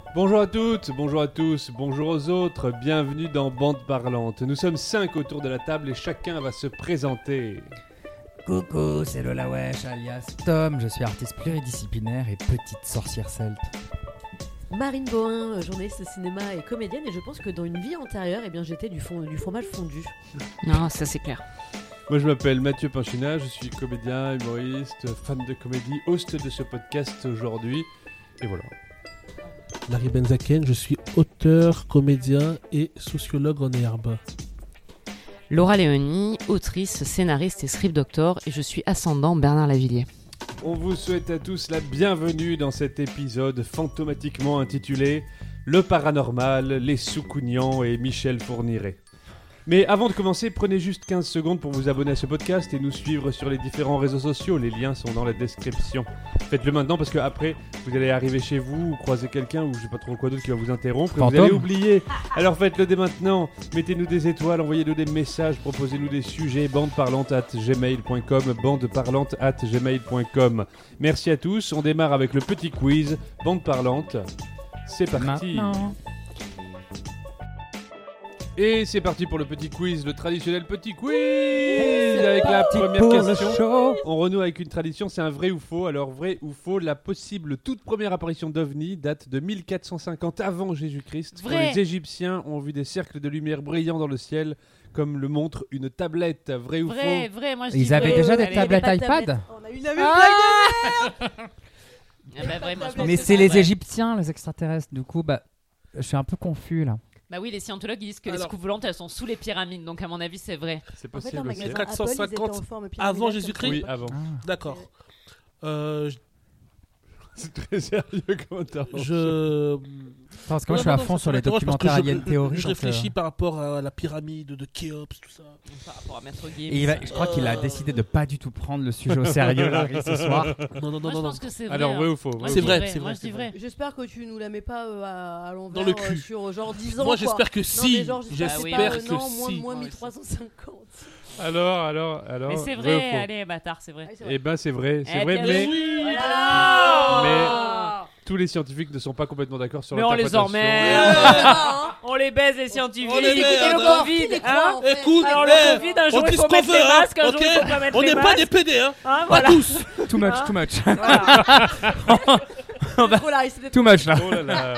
Bonjour à toutes, bonjour à tous, bonjour aux autres, bienvenue dans Bande Parlante. Nous sommes 5 autour de la table et chacun va se présenter. Coucou, c'est Lola Wesh alias Tom, je suis artiste pluridisciplinaire et petite sorcière celte. Marine Bohin, journaliste cinéma et comédienne, et je pense que dans une vie antérieure, j'étais du fromage fondu. Non, ça c'est clair. Moi je m'appelle Mathieu Pinchina, je suis comédien, humoriste, fan de comédie, host de ce podcast aujourd'hui, et voilà. Larry Benzaken, je suis auteur, comédien et sociologue en herbe. Laura Léonie, autrice, scénariste et script doctor, et je suis ascendant Bernard Lavilliers. On vous souhaite à tous la bienvenue dans cet épisode fantomatiquement intitulé Le paranormal, les Soucounians et Michel Fourniret. Mais avant de commencer, prenez juste 15 secondes pour vous abonner à ce podcast et nous suivre sur les différents réseaux sociaux. Les liens sont dans la description. Faites-le maintenant parce que après vous allez arriver chez vous ou croiser quelqu'un ou je sais pas trop quoi d'autre qui va vous interrompre et vous allez oublier. Alors faites-le dès maintenant. Mettez-nous des étoiles, envoyez-nous des messages, proposez-nous des sujets. bandeparlante@gmail.com, bandeparlante@gmail.com. Merci à tous. On démarre avec le petit quiz. Bande parlante. C'est parti. Maintenant. Et c'est parti pour le petit quiz, le traditionnel petit quiz avec la première question. On renoue avec une tradition, c'est un vrai ou faux. Alors vrai ou faux, la possible toute première apparition d'OVNI date de 1450 avant Jésus-Christ. Quand les Égyptiens ont vu des cercles de lumière brillant dans le ciel, comme le montre une tablette. Vrai ou faux? Vrai, moi je dis Ils avaient vrai. déjà des Allez. tablettes Pas de iPad tablette. On a une blague de merde. Ah bah, vrai, moi, je pense Mais que c'est les vrai. Égyptiens, les extraterrestres. Du coup, je suis un peu confus là. Bah oui, les scientologues ils disent que les Alors- scouts volantes elles sont sous les pyramides, donc à mon avis c'est vrai. C'est En fait, possible en aussi. magasin Mais Apple, 450 ils étaient en forme pyramidale avant comme Jésus-Christ. Oui, ça. avant. D'accord. C'est très sérieux comme intervention. Je Parce que moi Non, je suis à non, fond ça sur les m'interroge parce que documentaires je- Alien Theory. Je donc, réfléchis par rapport à la pyramide de Khéops, tout ça. Par rapport à Maître Gibbs. Et je crois qu'il a décidé de pas du tout prendre le sujet au sérieux, Larry, ce soir. Non, non, Moi non, je non. pense que c'est vrai. Alors vrai hein. ou faux? Moi, Vrai je ou C'est dis faux vrai, c'est Moi vrai, je dis c'est vrai. J'espère que tu nous la mets pas à l'envers Dans le cul. sur genre 10 ans. Moi, quoi. j'espère que Non, si. mais genre, J'espère oui, que non, si. moins Ouais, 1350. Alors. Mais c'est ou vrai, faux? allez bâtard, c'est vrai. Ah, c'est vrai. Eh ben c'est vrai, Eh vrai, bien mais sûr. Mais- tous les scientifiques ne sont pas complètement d'accord sur Mais on les l'interprétation. emmerde. On les baise les scientifiques. On les Écoutez merde. le Covid, hein. Écoute, Alors eh, le Covid, un jour on il dit faut ce qu'on mettre veut, les hein, masques, un jour ok il faut pas mettre On les n'est pas masques. des PD, hein. Hein, Pas voilà. tous. Too much, Hein too much. Voilà. Trop Larry, c'était Too much là. Oh là là.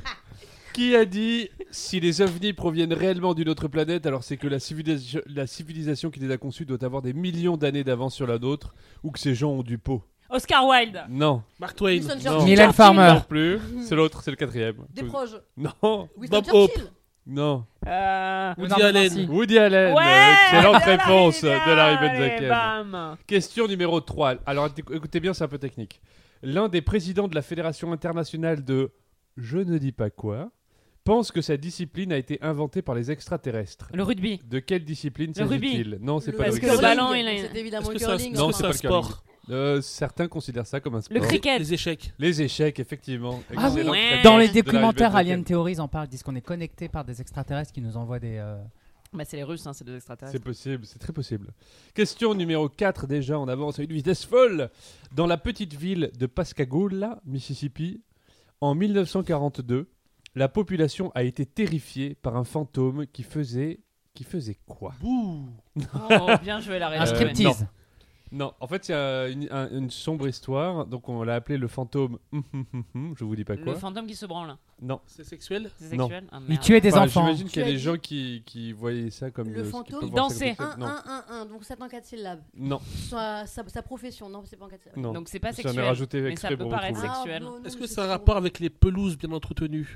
Qui a dit si les ovnis proviennent réellement d'une autre planète, alors c'est que la civilisation qui les a conçus doit avoir des millions d'années d'avance sur la nôtre, ou que ces gens ont du pot? Oscar Wilde. Non, Mark Twain. Winston Non. Churchill. Mylène Farmer. non plus. C'est l'autre, c'est le quatrième. Des proches. Non, Winston Bob Hope. Churchill. non. Woody Allen. Woody Allen. Ouais. Excellente bien, réponse Larry, de Larry allez, Benzaken. bam. Question numéro 3. Alors écoutez bien, c'est un peu technique. L'un des présidents de la Fédération internationale de je ne dis pas quoi pense que sa discipline a été inventée par les extraterrestres. Le rugby. De quelle discipline Le rugby. s'agit-il? Non, c'est Le- pas le Parce que rugby. le ballon, il a- C'est évidemment Est-ce le que curling. Non, c'est c'est un pas le curling. sport? Certains considèrent ça comme un sport. Le cricket. Les échecs. Les échecs, effectivement. Ah oui. Excellente Ouais. réponse Dans les de Larry documentaires Benzaken. Alien Theory, ils en parlent, ils disent qu'on est connecté par des extraterrestres qui nous envoient des. Bah c'est les Russes, hein, c'est des extraterrestres. C'est possible, c'est très possible. Question numéro 4, déjà, on avance à une vitesse folle. Dans la petite ville de Pascagoula, Mississippi, en 1942, la population a été terrifiée par un fantôme qui faisait quoi? Bouh. Oh, bien joué la Un réponse. striptease. Non, en fait, c'est une sombre histoire, donc on l'a appelé le fantôme. Je vous dis pas quoi. Le fantôme qui se branle. Non. C'est sexuel. C'est Non. sexuel. Ah, Il merde. tuait des Enfin, enfants. J'imagine qu'il y a Tu as des dit- gens qui voyaient ça comme Le qui fantôme, peuvent il voir ça comme dansait. quelque chose. Non, 1, donc 7 en 4 syllabes. non, Sa profession, non, c'est pas en 4 syllabes. non. Donc c'est pas J'en ai sexuel. rajouté mais exprès ça peut pour paraître retrouver. sexuel. bon, non, Est-ce que mais c'est un c'est rapport avec les pelouses bien entretenues?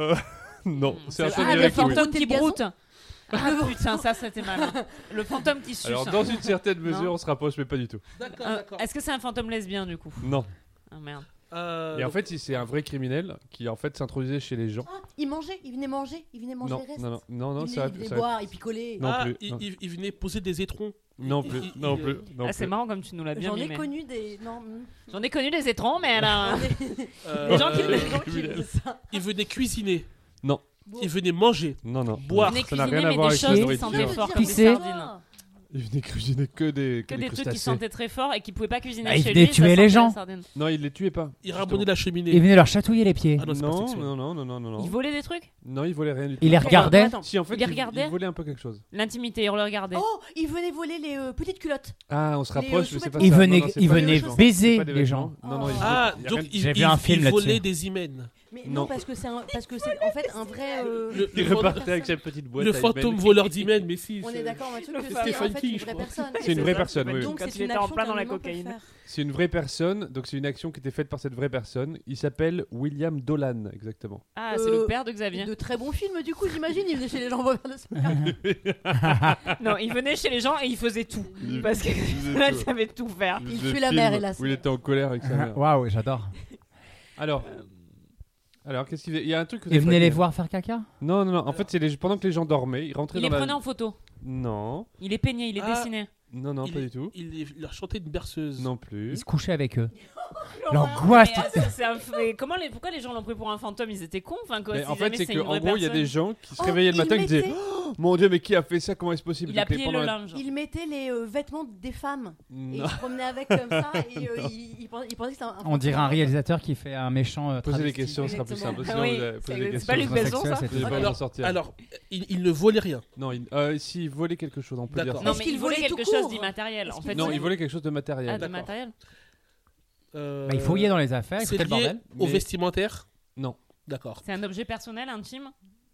Non, c'est un Ah, peu le direct, oui. fantôme qui Le gazon. broute. Ah putain, ça c'était mal. Le fantôme qui suce. Alors, dans une certaine mesure, Non. on se rapproche, mais pas du tout. D'accord, Est-ce que c'est un fantôme lesbien du coup? Non. Ah merde. Et en fait, c'est un vrai criminel qui en fait s'introduisait chez les gens. Ah, il mangeait, il venait manger Non, les restes. non, il ça. venait boire, il picolait. Non Ah, plus, il, non. il venait poser des étrons. Non plus, non plus, non Ah c'est plus. marrant comme tu nous l'as bien J'en ai mimé. connu des. Non. J'en ai connu des étrons, mais alors. Euh, Les gens qui- Les gens qui disent ça. Il venait cuisiner. Non. Bon. Il venait manger. Non, non. Boire. Venez Ça n'a cuisiner, rien à mais voir des avec la choses qui nourriture. sentaient fort comme des Pisser. sardines. Il venait cuisiner que des Que des trucs qui crustacés. sentaient très fort et qui pouvaient pas cuisiner Ah, il chez venait lui. tuer ça les sentait gens. la sardine. Non, il les tuait pas. Il ramenait la cheminée. Il venait leur chatouiller les pieds. Ah non, c'est pas Non, sexuel. non. Il volait des trucs. Non, il volait rien du tout. Il les regardait. Attends. Si, en fait, Il les regardait il volait un peu quelque chose. L'intimité, on le regardait. Oh, il venait voler les petites culottes. Ah, on se rapproche, mais c'est pas sous-vêtements. ça. Il venait, Non, c'est il pas venait des vêtements. baiser C'est pas des les vêtements. gens. Non, non, Ah, il y a donc rien- il, J'ai vu il- un film il volait là-dessus. des hymens. Mais Non. non, parce que c'est en fait un vrai. Il le repartait avec sa petite boîte. Le à fantôme hymen. voleur d'hymens, mais si. On est d'accord, Mathieu, que Le c'est Stephen en fait King, une je vraie crois. personne. C'est une vraie personne, oui. Donc Quand c'est il une était en action plein dans qu'un la humain peut cocaïne. faire. C'est une vraie personne, donc c'est une action qui était faite par cette vraie personne. Il s'appelle William Dolan, exactement. Ah, c'est le père de Et Xavier. de très bons films, du coup, j'imagine. Il venait chez les gens voir le spectacle. Non, il venait chez les gens et il faisait tout. Parce que là, il savait tout faire. Il Le tue la film mère, hélas. Où il était en colère avec sa mère. Waouh, j'adore. Alors, qu'est-ce qu'il fait ? Il y a un truc que vous Et avez venez pas les dit. voir faire caca. Non. En fait, c'est pendant que les gens dormaient, ils rentraient Il dans les la. prenait en photo. Non, Il les peignait, il les Ah. dessinait. non, Il- pas du tout. Il leur chantait une berceuse. Non Il plus. se couchait avec eux. Laurent, L'angoisse. mais, mais pourquoi les gens l'ont pris pour un fantôme? Ils étaient cons, enfin quoi. Mais si en fait, jamais c'est une qu'en vraie gros, il y a personne. des gens qui se Oh, réveillaient le il matin et qui disaient mettait- Oh, mon Dieu, mais qui a fait ça? Comment est-ce possible? Il a Donc, les- plié pendant le la- linge. Il mettait les vêtements des femmes et Non. il se promenait avec comme ça et il pensait que c'était un. On dirait un réalisateur qui fait un méchant Posez des travesti. questions, ce sera plus Exactement. simple. Ah Sinon, oui, vous avez- posez des c'est questions. pas Luc Homosexuel, Besson, ça. c'est Vous allez tout. pas vous en sortir. Alors, il ne volait rien. Non, s'il volait quelque chose, on peut dire D'accord. ça. Non, Est-ce mais qu'il il volait volait quelque tout chose court d'immatériel. En Est-ce fait, qu'il Non, volait- il volait quelque chose de Ah, matériel. de D'accord. matériel. Bah, il fouillait dans les affaires, il C'est foutait le lié bordel. au Mais- vestimentaire. Non, D'accord. C'est un objet personnel, intime.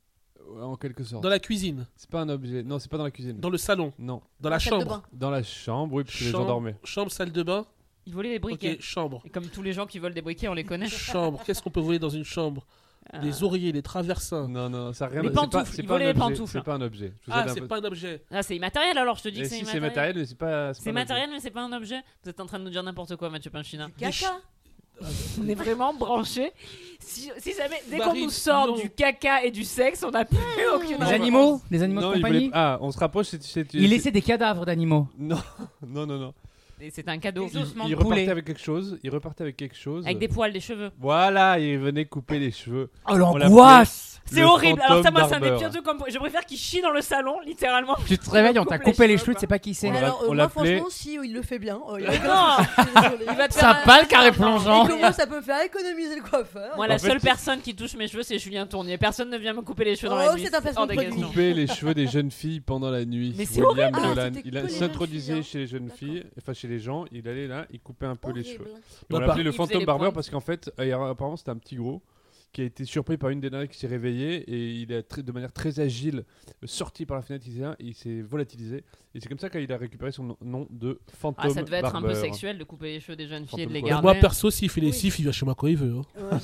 en quelque sorte. Dans la cuisine, C'est pas un objet. Non, c'est pas dans la cuisine. dans le salon, Non. dans la salle de chambre. bain. Dans la chambre, oui, parce que les gens Chambre, dormaient. chambre, salle de bain. Il volait des briquets. Ok, chambre. Et comme tous les gens qui volent des briquets, on les connaît. Chambre. Qu'est-ce qu'on peut voler dans une chambre? Des oreillers, des traversins. Non, ça a rien Les c'est pas- pantoufles, c'est il pas un volait les objet, pantoufles. C'est pas un objet. Je vous Ah, aide un c'est peu. pas un objet. Ah, c'est immatériel alors, je te dis Et que c'est si c'est immatériel. matériel, mais c'est pas. C'est matériel, mais c'est pas un objet. Vous êtes en train de nous dire n'importe quoi, Mathieu Pinchina. Caca. On est vraiment branchés. Si jamais, dès qu'on Marie, nous sort non. du caca et du sexe, on n'a plus aucune. Des animaux de Non, il compagnie. voulait. Ah, on se rapproche. Il laissait des cadavres d'animaux. Non. Et c'est un cadeau. Des ossements Il de repartait poulet. avec quelque chose. Il repartait avec quelque chose. Avec des poils, des cheveux. Voilà, il venait couper les cheveux. Oh On l'angoisse. C'est Le horrible. Alors ça, fantôme moi, c'est un des barbeur. pires trucs. Comme... Je préfère qu'il chie dans le salon, littéralement. Tu te réveilles, on t'a Coupe les coupé les cheveux, cheveux, quoi. tu sais pas qui c'est. On Alors, on moi, l'appelait- franchement, si il le fait bien. Non, il va te faire Sympa le carré Et plongeant. comment ça peut me faire économiser le coiffeur? Moi, la En fait, seule personne qui touche mes cheveux, c'est Julien Tournier. Personne ne vient me couper les cheveux dans Oh, la nuit. c'est un placement hors de de produit. question. couper les cheveux des jeunes filles pendant la nuit. Mais c'est William horrible. Ah, Dolan. c'était Il que les jeunes s'introduisait filles, hein. chez les jeunes filles, enfin chez les gens. Il allait là, il coupait un peu les cheveux. Horrible. Et on Bah, l'appelait le il faisait fantôme les barbeur pointes. parce qu'en fait, apparemment, c'était un petit gros qui a été surpris par une des nanas qui s'est réveillée et il a de manière très agile sorti par la fenêtre, il s'est volatilisé et c'est comme ça qu'il a récupéré son nom de fantôme Ah, ça devait être un peu barbeur. sexuel de couper les cheveux des jeunes filles et de les Fantôme garder. Moi, perso, s'il fait les Oui. sifs, il vient chez moi quand il veut. hein.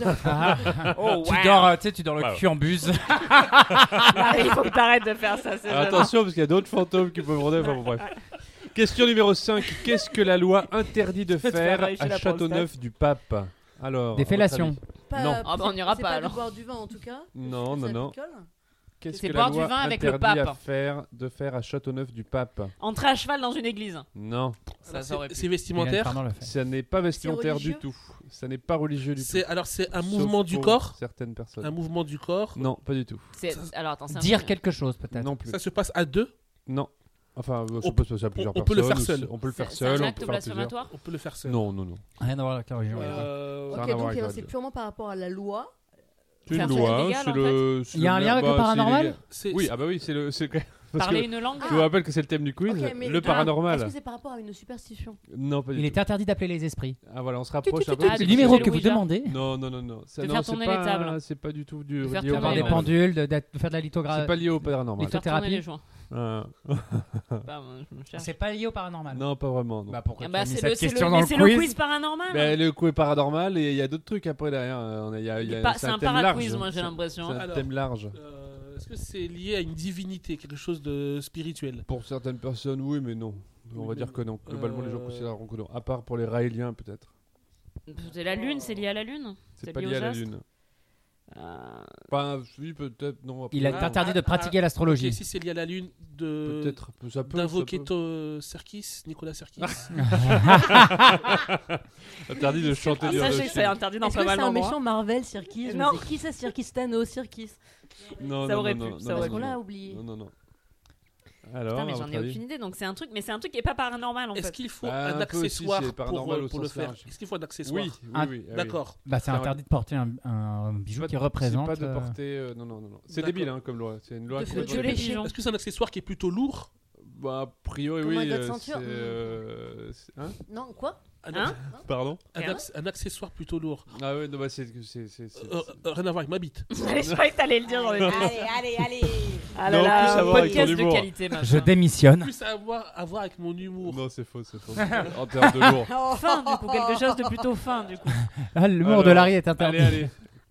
Oh, Tu wow. dors, tu dors le Wow. cul en buse. Ah, il faut que t'arrêtes de faire ça. c'est Alors, gênant. attention parce qu'il y a d'autres fantômes qui peuvent rôder, enfin bon, bref. Question numéro 5. Qu'est-ce que la loi interdit de faire faire lécher à la Châteauneuf du Pape? Alors, Des à votre fellations. avis. Pas- Non. Ah bah, on n'ira c'est pas, de alors. boire du vin en tout cas. Non. Qu'est-ce C'est que boire la du loi vin avec le interdit pape. de faire à Châteauneuf du Pape? Entrer à cheval dans une église. Non, Ça aurait pu. C'est vestimentaire. ça n'est pas vestimentaire du religieux tout. Ça n'est pas religieux du tout. C'est un Sauf mouvement du pour corps. Certaines personnes. Un mouvement du corps. Non, pas du tout. Alors, attends, c'est un Dire peu- quelque chose peut-être. Non plus. Ça se passe à deux. Non. Enfin, ça On- peut se passer à plusieurs on personnes. peut le faire seul. On peut le faire C'est seul. un On acte peut le faire plusieurs. blasphématoire. On peut le faire seul. Non. Rien à voir avec la religion. Euh, Ça a Ok, rien à voir donc avec la c'est radio. purement par rapport à la loi. C'est C'est une un loi. truc illégal, C'est en le. Il y a un lien avec le c'est paranormal illégal. c'est- Oui, ah bah oui, c'est le. Parce Parler que une langue. je vous rappelle que c'est le thème du quiz, Ok, mais- le Est-ce paranormal. que c'est par rapport à une superstition? Non, pas du Il tout. est interdit d'appeler les esprits. Ah voilà, on se rapproche un peu. Ah, Le de numéro toucher que le vous Ouija. demandez. Non. Ça, De non, faire c'est tourner pas- les tables. C'est pas du tout du De faire lié au tourner les Avoir des paranormal. pendules, de faire de la C'est lithographie. pas lié au paranormal. Litho- Faire tourner Lithothérapie. les joints. Ah, Bah, moi, je me cherche. C'est pas lié au paranormal. non, pas vraiment. non. Bah pourquoi Ah tu bah, as mis c'est cette le, c'est question le- dans mais le c'est quiz le quiz paranormal. Ben, le coup est paranormal et il y a d'autres trucs après derrière. Il y a, C'est un thème large. para-quiz, moi, j'ai C'est- l'impression. C'est un Alors, thème large. Est-ce que c'est lié à une divinité, quelque chose de spirituel? Pour certaines personnes, oui, mais non. On va Oui, dire mais que non. Globalement, les gens euh, considèrent que non. À part pour les Raéliens, peut-être. C'est la lune, c'est lié à la lune. C'est pas lié à la Lune. Enfin, oui, peut-être, non. Il est après, interdit de pratiquer l'astrologie. Ok, si c'est lié à la lune, Peut-être, ça peut. d'invoquer ça peut. Serkis, Nicolas Serkis. Interdit de chanter du Sachez que Indochine. c'est interdit dans Est-ce pas que mal c'est un d'endroits. méchant Marvel, Sirkis? Non. C'est qui ça, Sirkis Thanos, Sirkis? Non, Ça non, aurait non, pu, non, ça non, aurait Parce pu. qu'on non, l'a non. oublié. Non. Alors, Putain, mais à j'en votre ai avis aucune idée. Donc c'est un truc qui est pas paranormal en Est-ce fait. qu'il faut Bah, un un peu aussi, accessoire c'est paranormal au pour le sens faire? large. Est-ce qu'il faut un accessoire? Oui, Ah, oui. D'accord. Bah, c'est C'est interdit de porter un bijou Pas qui de- représente. C'est pas de porter. Non. C'est D'accord. débile comme loi. C'est une loi De qui feu, est de les péché. pigeons. Est-ce que c'est un accessoire qui est plutôt lourd? Bah, a priori, Comme oui. un gars de ceinture. Hein Non, quoi Hein Pardon Un accessoire plutôt lourd. Ah ouais, non, bah c'est. Rien à voir avec ma bite. Je croyais que t'allais le dire dans les Allez. Ah Non, là plus là, avoir avec podcast ton de humour. qualité, Je machin. démissionne. Plus à voir avec mon humour. Non, c'est faux. En termes de lourd. Fin, du coup, quelque chose de plutôt fin, du coup. Ah, l'humour Alors, de Larry est interdit. Allez.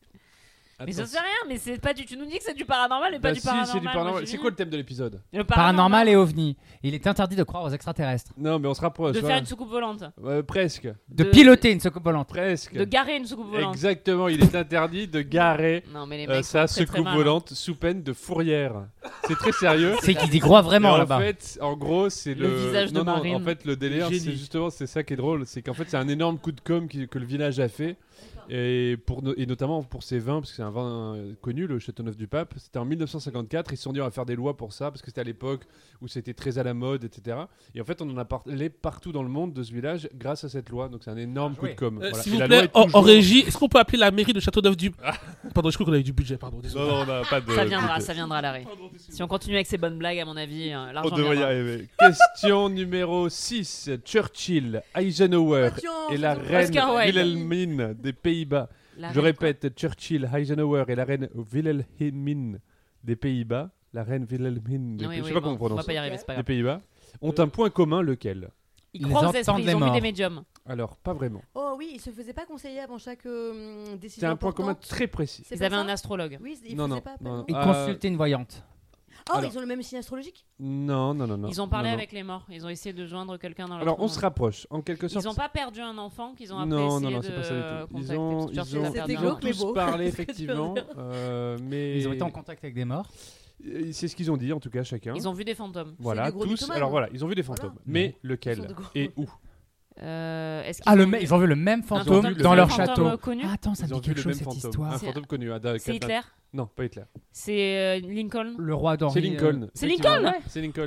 Mais je Attention. sais rien, mais c'est pas du. Tu nous dis que c'est du paranormal et Bah pas du si, paranormal. c'est du paranormal. moi, C'est j'ai quoi dit. le thème de l'épisode Le Paranormal et ovni. Il est interdit de croire aux extraterrestres. Non, mais on se rapproche. De voilà. faire une soucoupe volante. Presque. De piloter une soucoupe volante. Presque. De garer une soucoupe volante. Exactement, il est interdit de garer Non, mais les mecs. sa sont très, très secoupe malins. volante sous peine de fourrière. C'est très sérieux. C'est qu'il y croit vraiment Et là-bas. En fait, en gros, c'est Le visage de non, Marine. en fait, le délire, Génie. c'est justement, c'est ça qui est drôle, c'est qu'en fait, c'est un énorme coup de com' que le village a fait. Et notamment pour ses vins, parce que c'est un vin connu, le Châteauneuf du Pape. C'était en 1954, ils se sont dit on va faire des lois pour ça, parce que c'était à l'époque où c'était très à la mode, etc. Et en fait, on en a parlé partout dans le monde de ce village grâce à cette loi. Donc c'est un énorme coup de com'. Voilà. S'il Et vous la loi plaît, est en toujours- régie, est-ce qu'on peut appeler la mairie de Châteauneuf du... Pardon, je crois qu'on avait du budget, pardon. Désolé. Non, on n'a pas de. Ça viendra, Larry. Si on continue avec ces bonnes blagues, à mon avis, On l'argent devrait y viendra. arriver. Question numéro 6. Churchill, Eisenhower et la reine Oscar Wilde. Wilhelmine des Pays-Bas. La Je reine, répète, Churchill, Eisenhower et la reine Wilhelmine des Pays-Bas. La reine Wilhelmine des quoi. Oui, Pays-Bas. Je oui, sais pas bon, comment on on prononce. va pas y arriver, c'est pas Des grave. Pays-Bas ont un point commun, lequel? Ils Ils croient aux entendent esprits, des ils ont vu morts. des médiums. Alors, pas vraiment. Oh oui, il se faisait pas conseiller avant chaque décision. C'est un point commun importante. très précis. C'est Ils pas avaient ça un astrologue. Oui, ils Non, faisaient non, pas. non, non. Il Ah, consultait une voyante. Oh, alors- ils ont le même signe astrologique Non. Ils ont parlé Non, non. avec les morts. Ils ont essayé de joindre quelqu'un dans leur Alors, on monde. se rapproche, en quelque sorte. Ils n'ont pas perdu un enfant qu'ils ont appelé Non, essayer non, de c'est pas ça du tout. contacter, Ils ont, parce que Churchill a ils ont, perdu C'était ils un ont glauque, mais tous beau. parlé, C'est ce que tu veux effectivement. dire. Mais Ils ont été en contact avec des morts. C'est ce qu'ils ont dit, en tout cas, chacun. Ils ont vu des fantômes. Voilà, des gros tous. mythomanes. Alors voilà, ils ont vu des fantômes. Voilà. Mais Ils lequel sont de gros- et où Est-ce qu'ils Ah, ont vu- ils ont vu le même Ils fantôme ont vu le dans même leur fantôme château. connu Ah, attends, ça Ils me ont dit vu quelque le même chose cette fantôme. histoire. Un fantôme connu. C'est Hitler. Non, pas Hitler. C'est Lincoln. Le roi d'Henri. C'est Lincoln. C'est Effectivement. Lincoln C'est Lincoln.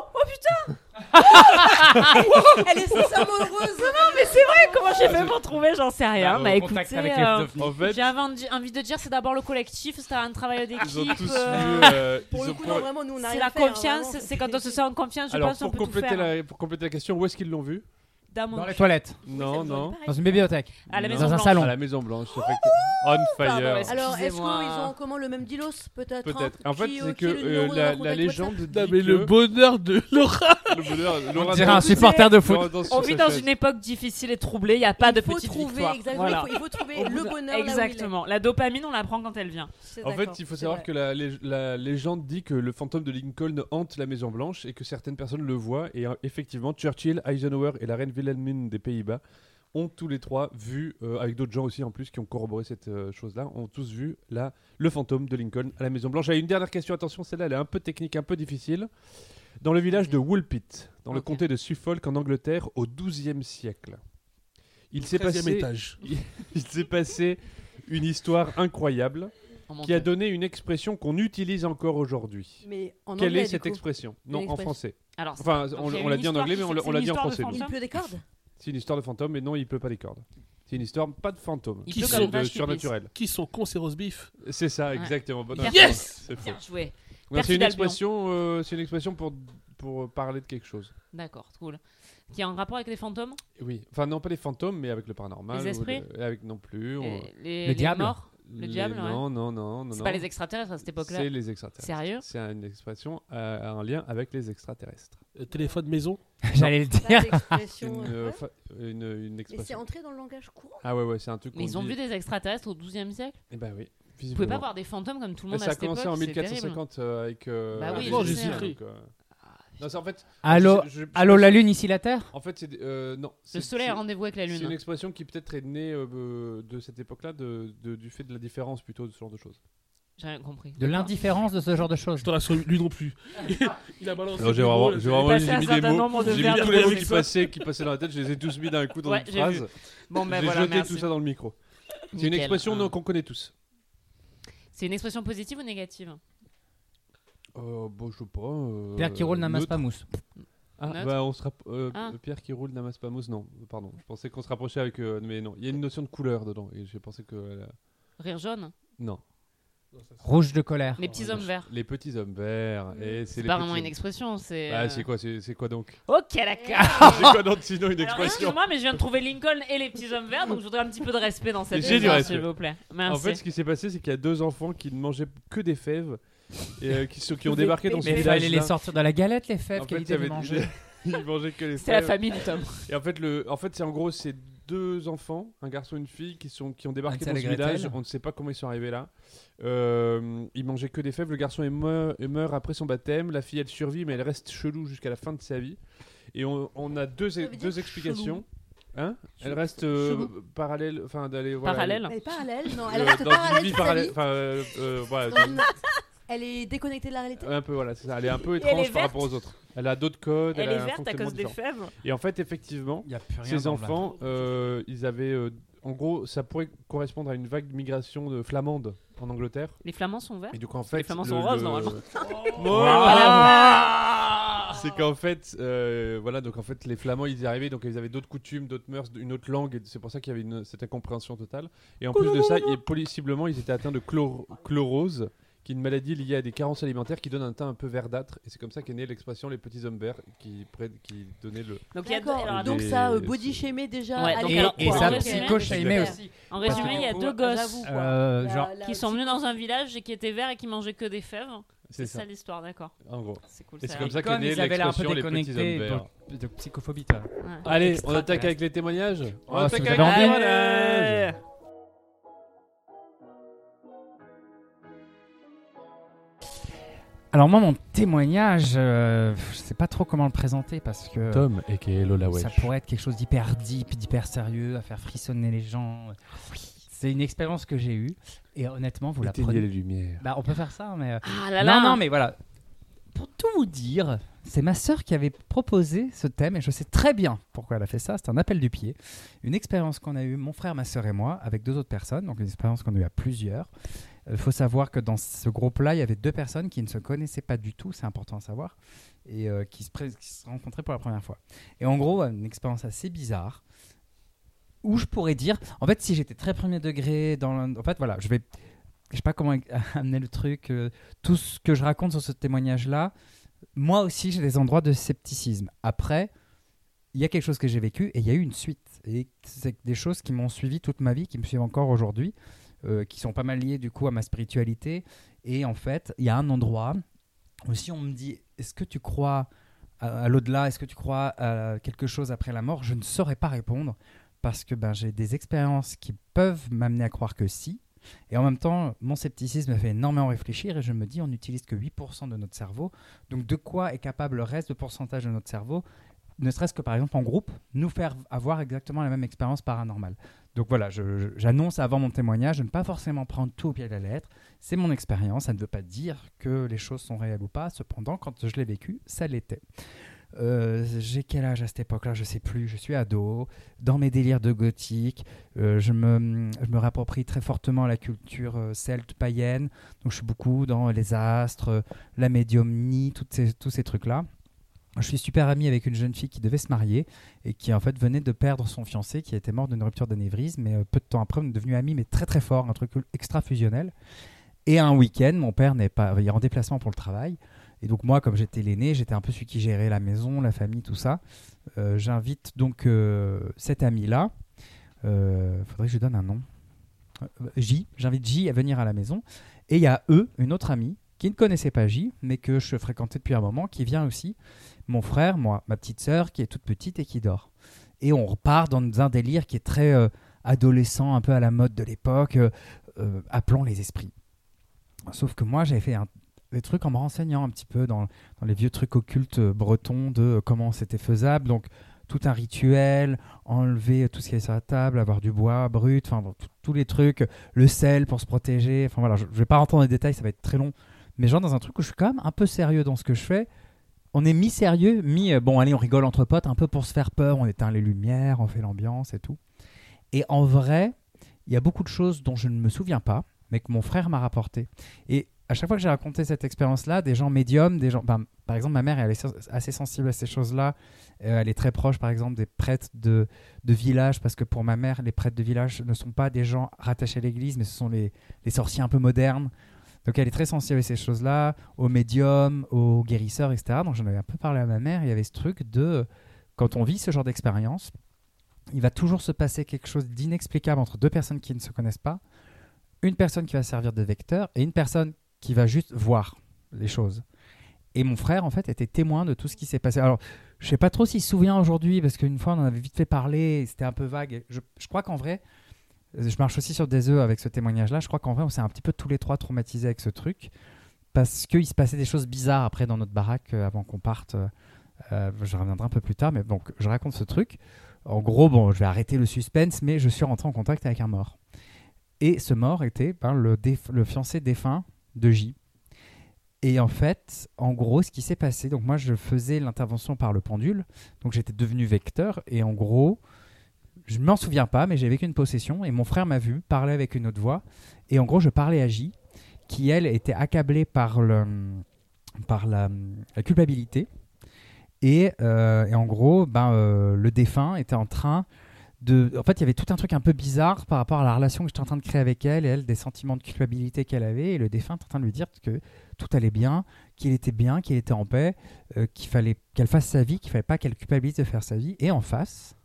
Elle est sincèrement heureuse. Mais c'est vrai, comment j'ai fait pour trouver J'en sais rien. Bah contact écoutez, avec les ovnis. En fait, j'ai envie de dire c'est d'abord le collectif, c'est un travail d'équipe. ils ont tous vu. Pour ils le ont coup, pro- non, vraiment, nous on a C'est rien la fait, hein, confiance, vraiment. c'est quand on se sent en confiance, je Alors, pense qu'on pour peut tout faire. pour compléter la question, où est-ce qu'ils l'ont vu Dans mon Dans les toilettes. Non, non. Dans une bibliothèque. À la Non. Maison Dans un Blanche. salon. À la Maison Blanche. On fire. excusez-moi. Alors, est-ce qu'ils ont comment le même dilos peut-être Peut-être. hein, En fait, qui- c'est qui est le que numéro de la contact légende dit Non, mais le que bonheur de Laura. le bonheur. On dirait un supporter de foot. On vit dans une époque difficile et troublée, il n'y a pas de Il faut petite trouver, victoire. exactement, Voilà. il faut trouver le bonheur Exactement. La dopamine, on la prend quand elle vient. là où il est. En C'est fait, d'accord, il faut c'est savoir vrai. que la légende dit que le fantôme de Lincoln hante la Maison Blanche et que certaines personnes le voient. Et effectivement, Churchill, Eisenhower et la reine Wilhelmine des Pays-Bas ont tous les trois vu, avec d'autres gens aussi en plus qui ont corroboré cette chose-là, ont tous vu le fantôme de Lincoln à la Maison Blanche. J'avais une dernière question, attention, celle-là elle est un peu technique, un peu difficile. Dans le village de Woolpit, dans le Ok. comté de Suffolk en Angleterre, au XIIe siècle, il s'est 13e passé, étage. il s'est passé une histoire incroyable On qui a monte. donné une expression qu'on utilise encore aujourd'hui. Mais en Quelle anglais, est du cette coup. expression Quelle Non, en expression français. Alors, Enfin, donc, on il y a on l'a une dit en histoire anglais, qui mais fait- on l'a c'est dit en une histoire de français. nous. Il fantôme pleut des cordes C'est une histoire de fantôme, mais non, il pleut pas des cordes. C'est une histoire pas de fantôme, Il Qui pleut sont comme une de vache qui surnaturel. Qui sont cons et roast beef. C'est ça, Ouais. exactement. Bonne Bien réponse. Yes C'est faux. Bien joué. Non, c'est une Perfide expression, pour parler de quelque chose. D'accord, cool. Qui a un rapport avec les fantômes Oui, enfin non pas les fantômes, mais avec le paranormal. Les esprits avec non plus. Les diable morts Le diable, ouais. Non, non, non, non. C'est non. pas les extraterrestres à cette époque-là. C'est les extraterrestres. Sérieux C'est une expression en lien avec les extraterrestres. Téléphone maison. J'allais le Ça, dire. c'est l'expression, Une, ouais. une Et c'est expression. entré dans le langage courant. Ah ouais, c'est un truc. Mais ils ont vu des extraterrestres au XIIe siècle Eh ben oui. Vous pouvez pas voir des fantômes comme tout le monde Ça à a cette commencé époque, en c'est terrible. 1450 avec. Bah oui, je Jésus sais. Christ, donc, non, c'est en fait. Allô, allô, la lune, ici la Terre. En fait, c'est non. Le soleil a rendez-vous avec la C'est une lune. expression qui peut-être est née de cette époque-là, du fait de la différence plutôt de ce genre de choses. J'ai rien compris. De l'indifférence de ce genre de choses. Je te rassure, lui non plus. Il a balancé. Alors, j'ai des vraiment, mots, j'ai là, vraiment passé j'ai un mis des certain mots. nombre de J'ai mis verbes tous les mots comme qui ça. passaient dans la tête, je les ai tous mis d'un coup dans Ouais, une j'ai phrase. vu. Bon, ben J'ai voilà, jeté merci. tout ça dans le micro. C'est une Nickel. expression qu'on connaît tous. C'est une expression positive ou négative Bon, je sais pas. Pierre qui roule n'amasse neutre. pas mousse. Ah, Neutre. bah on se Ah. Pierre qui roule n'amasse pas mousse. Non, pardon. Je pensais qu'on se rapprochait avec. Mais non, il y a une notion de couleur dedans. Et j'ai pensé que. Rire jaune. Non. Rouge de colère. Les petits hommes verts. Les petits hommes verts. Et C'est les pas petits vraiment hommes- une expression, c'est. Bah, c'est quoi, c'est quoi donc Ok, d'accord. C'est quoi donc sinon une Alors, expression excuse-moi, mais je viens de trouver Lincoln et les petits hommes verts, donc je voudrais un petit peu de respect dans cette J'ai du émission, respect. s'il vous plaît. Merci. En fait, ce qui s'est passé, c'est qu'il y a 2 enfants qui ne mangeaient que des fèves et qui ont débarqué dans ce Mais il village. fallait les sortir de la galette, les fèves, En quelle fait, idée il y de avait- manger. Ils mangeaient que les c'est la fèves. famille du Tom. Et en fait, c'est en gros, c'est 2 enfants, un garçon et une fille, qui ont débarqué Hansel dans et ce Gretel. village. On ne sait pas comment ils sont arrivés là. Ils mangeaient que des fèves. Le garçon meurt après son baptême. La fille, elle survit, mais elle reste chelou jusqu'à la fin de sa vie. Et on a deux veut dire explications. Hein Elle Chelou. reste Chelou. parallèle, enfin d'aller voilà, Parallèle. Elle est parallèle, non, euh, elle reste dans parallèle une vie toute sa parallèle, vie. enfin voilà, Non, Elle est déconnectée de la réalité. un peu voilà, c'est ça. Elle est un peu elle est étrange par verte. rapport aux autres. Elle a d'autres codes. Elle a est un verte à fonctionnement cause des différent. fèves. Et en fait, effectivement, Il y a plus rien ces dans le enfants, ils avaient, en gros, ça pourrait correspondre à une vague de migration de flamande en Angleterre. Les flamands sont verts. Et donc en fait, Les flamands sont roses, normalement. C'est qu'en fait, voilà, donc en fait, les Flamands, ils y arrivaient, donc ils avaient d'autres coutumes, d'autres mœurs, une autre langue, et c'est pour ça qu'il y avait cette incompréhension totale. Et en plus de ça, possiblement, ils étaient atteints de chlorose, qui est une maladie liée à des carences alimentaires qui donne un teint un peu verdâtre. Et c'est comme ça qu'est née l'expression les petits hommes verts, qui donnait le. Donc il y a deux. D'accord, alors, donc les- ça body shamé déjà. Ouais, à donc Et, l'époque, alors, et quoi. ça en résumé, psycho-shamé super. aussi. en Parce résumé, que il y a du deux coup, gosses J'avoue, quoi. genre, La qui sont venus solution. dans un village et qui étaient verts et qui mangeaient que des fèves. C'est ça, ça l'histoire, d'accord. en gros. C'est cool. Et c'est ça comme ça qu'est Comme née ils avaient l'air un peu l'expression les petits hommes déconnectés verts. de psychophobie. toi. Ouais. Allez, on Extraterrestre. attaque avec les témoignages. On Oh, attaque si avec vous avez les envie. témoignages. Alors moi, mon témoignage, je sais pas trop comment le présenter parce que Tom, a.k.a. Lola ça Wesh. pourrait être quelque chose d'hyper deep, d'hyper sérieux, à faire frissonner les gens. C'est une expérience que j'ai eue et honnêtement, vous la Éteignez prenez. les lumières. Bah, on peut faire ça, mais Ah là là. non, mais voilà. Pour tout vous dire, c'est ma sœur qui avait proposé ce thème et je sais très bien pourquoi elle a fait ça. C'est un appel du pied. Une expérience qu'on a eue, mon frère, ma sœur et moi, avec 2 autres personnes. Donc une expérience qu'on a eue à plusieurs. Il faut savoir que dans ce groupe-là, il y avait 2 personnes qui ne se connaissaient pas du tout, c'est important à savoir, et qui se rencontraient pour la première fois. Et en gros, une expérience assez bizarre, où je pourrais dire, en fait, si j'étais très premier degré, en fait, voilà, je sais pas comment amener le truc, tout ce que je raconte sur ce témoignage-là, moi aussi, j'ai des endroits de scepticisme. Après, il y a quelque chose que j'ai vécu, et il y a eu une suite. Et c'est des choses qui m'ont suivi toute ma vie, qui me suivent encore aujourd'hui, qui sont pas mal liées du coup à ma spiritualité. Et en fait, il y a un endroit où si on me dit, est-ce que tu crois à l'au-delà, est-ce que tu crois à quelque chose après la mort, je ne saurais pas répondre parce que j'ai des expériences qui peuvent m'amener à croire que si. Et en même temps, mon scepticisme me fait énormément réfléchir et je me dis, on n'utilise que 8% de notre cerveau. Donc de quoi est capable le reste de pourcentage de notre cerveau, ne serait-ce que par exemple en groupe, nous faire avoir exactement la même expérience paranormale. Donc voilà, j'annonce avant mon témoignage de ne pas forcément prendre tout au pied de la lettre. C'est mon expérience, ça ne veut pas dire que les choses sont réelles ou pas. Cependant, quand je l'ai vécu, ça l'était. J'ai quel âge à cette époque-là? Je sais plus, je suis ado, dans mes délires de gothique, je me réapproprie très fortement la culture celte païenne, donc je suis beaucoup dans les astres, la médiumnie, tous ces trucs-là. Je suis super ami avec une jeune fille qui devait se marier et qui en fait venait de perdre son fiancé qui était mort d'une rupture d'anévrisme, mais peu de temps après on est devenus amis, mais très très fort, un truc extra fusionnel. Et un week-end, mon père il est en déplacement pour le travail. Et donc moi, comme j'étais l'aîné, j'étais un peu celui qui gérait la maison, la famille, tout ça. J'invite donc cet ami-là. Faudrait que je lui donne un nom. J. J'invite J à venir à la maison. Et il y a une autre amie, qui ne connaissait pas J, mais que je fréquentais depuis un moment, qui vient aussi. Mon frère, moi, ma petite sœur, qui est toute petite et qui dort. Et on repart dans un délire qui est très adolescent, un peu à la mode de l'époque, appelons les esprits. Sauf que moi, j'avais fait des trucs en me renseignant un petit peu dans les vieux trucs occultes bretons de comment c'était faisable. Donc, tout un rituel, enlever tout ce qui est sur la table, avoir du bois brut, enfin, tous les trucs, le sel pour se protéger. Enfin, voilà, je ne vais pas rentrer dans les détails, ça va être très long. Mais genre dans un truc où je suis quand même un peu sérieux dans ce que je fais. On est mi-sérieux, bon, allez, on rigole entre potes, un peu pour se faire peur. On éteint les lumières, on fait l'ambiance et tout. Et en vrai, il y a beaucoup de choses dont je ne me souviens pas, mais que mon frère m'a rapporté. Et à chaque fois que j'ai raconté cette expérience-là, des gens médiums, par exemple, ma mère, elle est assez sensible à ces choses-là. Elle est très proche, par exemple, des prêtres de village, parce que pour ma mère, les prêtres de village ne sont pas des gens rattachés à l'église, mais ce sont les sorciers un peu modernes. Donc elle est très sensible à ces choses-là, aux médiums, aux guérisseurs, etc. Donc j'en avais un peu parlé à ma mère. Il y avait ce truc de, quand on vit ce genre d'expérience, il va toujours se passer quelque chose d'inexplicable entre deux personnes qui ne se connaissent pas. Une personne qui va servir de vecteur et une personne qui va juste voir les choses. Et mon frère, en fait, était témoin de tout ce qui s'est passé. Alors, je ne sais pas trop s'il se souvient aujourd'hui, parce qu'une fois, on en avait vite fait parler, et c'était un peu vague. Je crois qu'en vrai, je marche aussi sur des œufs avec ce témoignage-là, je crois qu'en vrai, on s'est un petit peu tous les trois traumatisés avec ce truc, parce qu'il se passait des choses bizarres après dans notre baraque, avant qu'on parte. Je reviendrai un peu plus tard, mais donc, je raconte ce truc. En gros, bon, je vais arrêter le suspense, mais je suis rentré en contact avec un mort. Et ce mort était le fiancé défunt de J. Et en fait, en gros, ce qui s'est passé, donc moi, je faisais l'intervention par le pendule, donc j'étais devenu vecteur, et en gros, je ne m'en souviens pas, mais j'ai vécu une possession, et mon frère m'a vu parler avec une autre voix, et en gros, je parlais à J, qui, elle, était accablée par la culpabilité, et en gros, le défunt était en train en fait, il y avait tout un truc un peu bizarre par rapport à la relation que j'étais en train de créer avec elle, et elle, des sentiments de culpabilité qu'elle avait, et le défunt était en train de lui dire que tout allait bien, qu'il était en paix, qu'il fallait qu'elle fasse sa vie, qu'il fallait pas qu'elle culpabilise de faire sa vie. Et en face,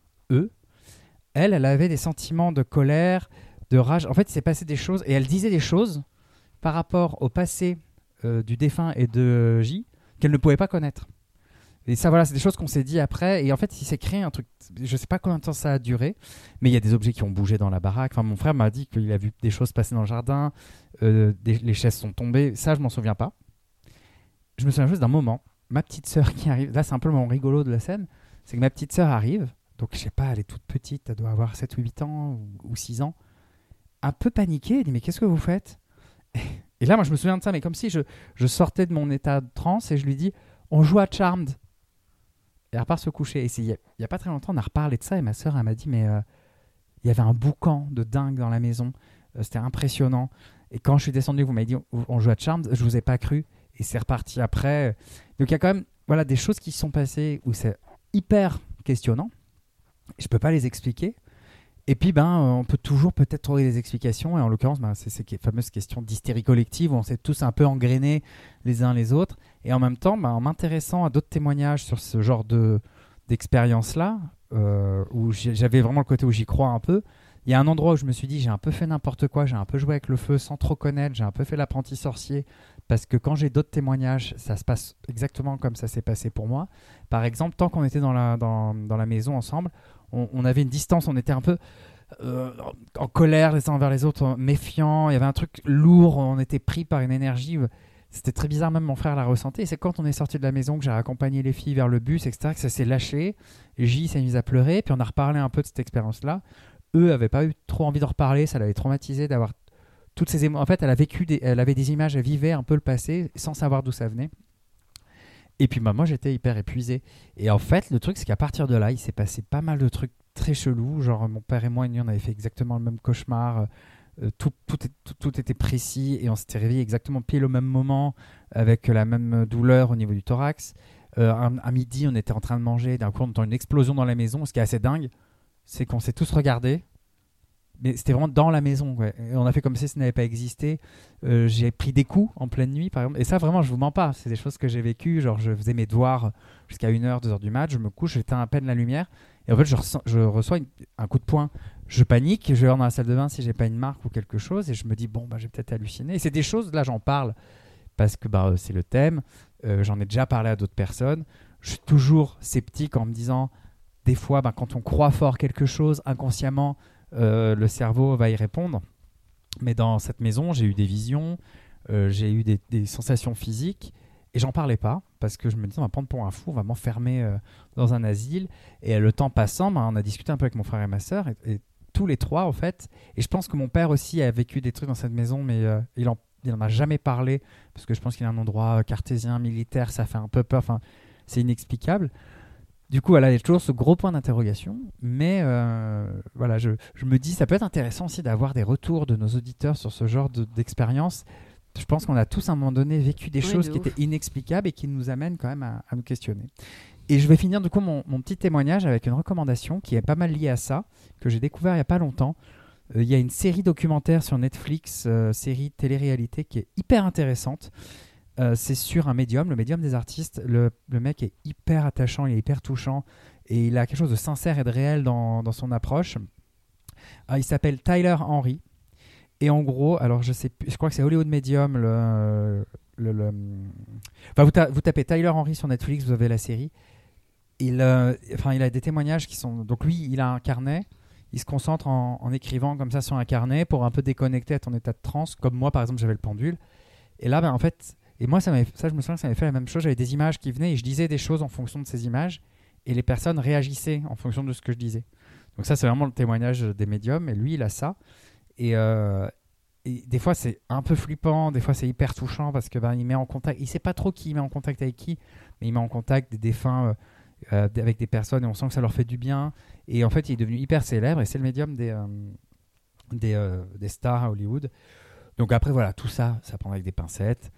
elle avait des sentiments de colère, de rage. En fait, il s'est passé des choses, et elle disait des choses par rapport au passé du défunt et de J qu'elle ne pouvait pas connaître. Et ça, voilà, c'est des choses qu'on s'est dit après. Et en fait, il s'est créé un truc. Je sais pas combien de temps ça a duré, mais il y a des objets qui ont bougé dans la baraque. Enfin, mon frère m'a dit qu'il a vu des choses passer dans le jardin. Les chaises sont tombées. Ça, je m'en souviens pas. Je me souviens juste d'un moment. Ma petite sœur qui arrive. Là, c'est un peu le moment rigolo de la scène. C'est que ma petite sœur arrive. Donc, je sais pas, elle est toute petite. Elle doit avoir 7 ou 8 ans ou 6 ans. Un peu paniquée. Elle dit, mais qu'est-ce que vous faites ? Et là, moi, je me souviens de ça, mais comme si je sortais de mon état de transe et je lui dis, on joue à Charmed. Et elle repart se coucher. Et il n'y a pas très longtemps, on a reparlé de ça. Et ma sœur, elle m'a dit, mais il y avait un boucan de dingue dans la maison. C'était impressionnant. Et quand je suis descendu, vous m'avez dit, on joue à Charmed. Je ne vous ai pas cru. Et c'est reparti après. Donc il y a quand même des choses qui se sont passées où c'est hyper questionnant. Je ne peux pas les expliquer. Et puis, on peut toujours peut-être trouver des explications. Et en l'occurrence, c'est ces fameuses questions d'hystérie collective où on s'est tous un peu engrainés les uns les autres. Et en même temps, en m'intéressant à d'autres témoignages sur ce genre d'expérience-là, où j'avais vraiment le côté où j'y crois un peu, il y a un endroit où je me suis dit, j'ai un peu fait n'importe quoi, j'ai un peu joué avec le feu sans trop connaître, j'ai un peu fait l'apprenti sorcier, parce que quand j'ai d'autres témoignages, ça se passe exactement comme ça s'est passé pour moi. Par exemple, tant qu'on était dans la maison ensemble, on avait une distance, on était un peu en colère les uns envers les autres, méfiants, il y avait un truc lourd, on était pris par une énergie, c'était très bizarre, même mon frère l'a ressenti, et c'est quand on est sorti de la maison que j'ai accompagné les filles vers le bus, etc., que ça s'est lâché, J s'est mise à pleurer, puis on a reparlé un peu de cette expérience-là. Eux n'avaient pas eu trop envie de reparler, ça l'avait traumatisé d'avoir toutes ces émotions. En fait, elle avait des images, elle vivait un peu le passé sans savoir d'où ça venait. Et puis moi, j'étais hyper épuisé. Et en fait, le truc, c'est qu'à partir de là, il s'est passé pas mal de trucs très chelous. Genre, mon père et moi, on avait fait exactement le même cauchemar. Tout était précis et on s'était réveillés exactement pile au même moment avec la même douleur au niveau du thorax. À midi, on était en train de manger. D'un coup, on entend une explosion dans la maison. Ce qui est assez dingue, c'est qu'on s'est tous regardés. Mais c'était vraiment dans la maison. Ouais. Et on a fait comme si ça n'avait pas existé. J'ai pris des coups en pleine nuit, par exemple. Et ça, vraiment, je vous mens pas. C'est des choses que j'ai vécues. Genre, je faisais mes devoirs jusqu'à 1h, 2h du mat. Je me couche, j'éteins à peine la lumière. Et en fait, je reçois un coup de poing. Je panique. Je vais dans la salle de bain si j'ai pas une marque ou quelque chose. Et je me dis, j'ai peut-être halluciné. Et c'est des choses, là, j'en parle parce que c'est le thème. J'en ai déjà parlé à d'autres personnes. Je suis toujours sceptique en me disant, des fois, quand on croit fort quelque chose, inconsciemment, le cerveau va y répondre. Mais dans cette maison, j'ai eu des visions, j'ai eu des sensations physiques et j'en parlais pas parce que je me disais on va prendre pour un fou, on va m'enfermer dans un asile. Et le temps passant, on a discuté un peu avec mon frère et ma sœur et tous les trois en fait. Et je pense que mon père aussi a vécu des trucs dans cette maison, mais il en a jamais parlé parce que je pense qu'il a un endroit cartésien, militaire, ça fait un peu peur. Enfin, c'est inexplicable. Du coup, il y a toujours ce gros point d'interrogation, mais je me dis ça peut être intéressant aussi d'avoir des retours de nos auditeurs sur ce genre d'expérience, je pense qu'on a tous à un moment donné vécu des Oui, choses de qui ouf. étaient inexplicables et qui nous amènent quand même à nous questionner. Et je vais finir du coup mon petit témoignage avec une recommandation qui est pas mal liée à ça, que j'ai découvert il n'y a pas longtemps. Il y a une série documentaire sur Netflix, série télé-réalité qui est hyper intéressante. C'est sur un médium, le médium des artistes. Le mec est hyper attachant, il est hyper touchant et il a quelque chose de sincère et de réel dans son approche. Il s'appelle Tyler Henry. Et en gros, alors je crois que c'est Hollywood Medium. Enfin, vous tapez Tyler Henry sur Netflix, vous avez la série. Il a des témoignages qui sont... Donc lui, il a un carnet. Il se concentre en écrivant comme ça sur un carnet pour un peu déconnecter à ton état de transe. Comme moi, par exemple, j'avais le pendule. Et là, en fait... Et moi, ça, je me souviens que ça m'avait fait la même chose. J'avais des images qui venaient et je disais des choses en fonction de ces images. Et les personnes réagissaient en fonction de ce que je disais. Donc ça, c'est vraiment le témoignage des médiums. Et lui, il a ça. Et des fois, c'est un peu flippant. Des fois, c'est hyper touchant parce que il met en contact... Il ne sait pas trop qui il met en contact avec qui. Mais il met en contact des défunts avec des personnes et on sent que ça leur fait du bien. Et en fait, il est devenu hyper célèbre. Et c'est le médium des stars à Hollywood. Donc après, voilà, tout ça, ça prend avec des pincettes.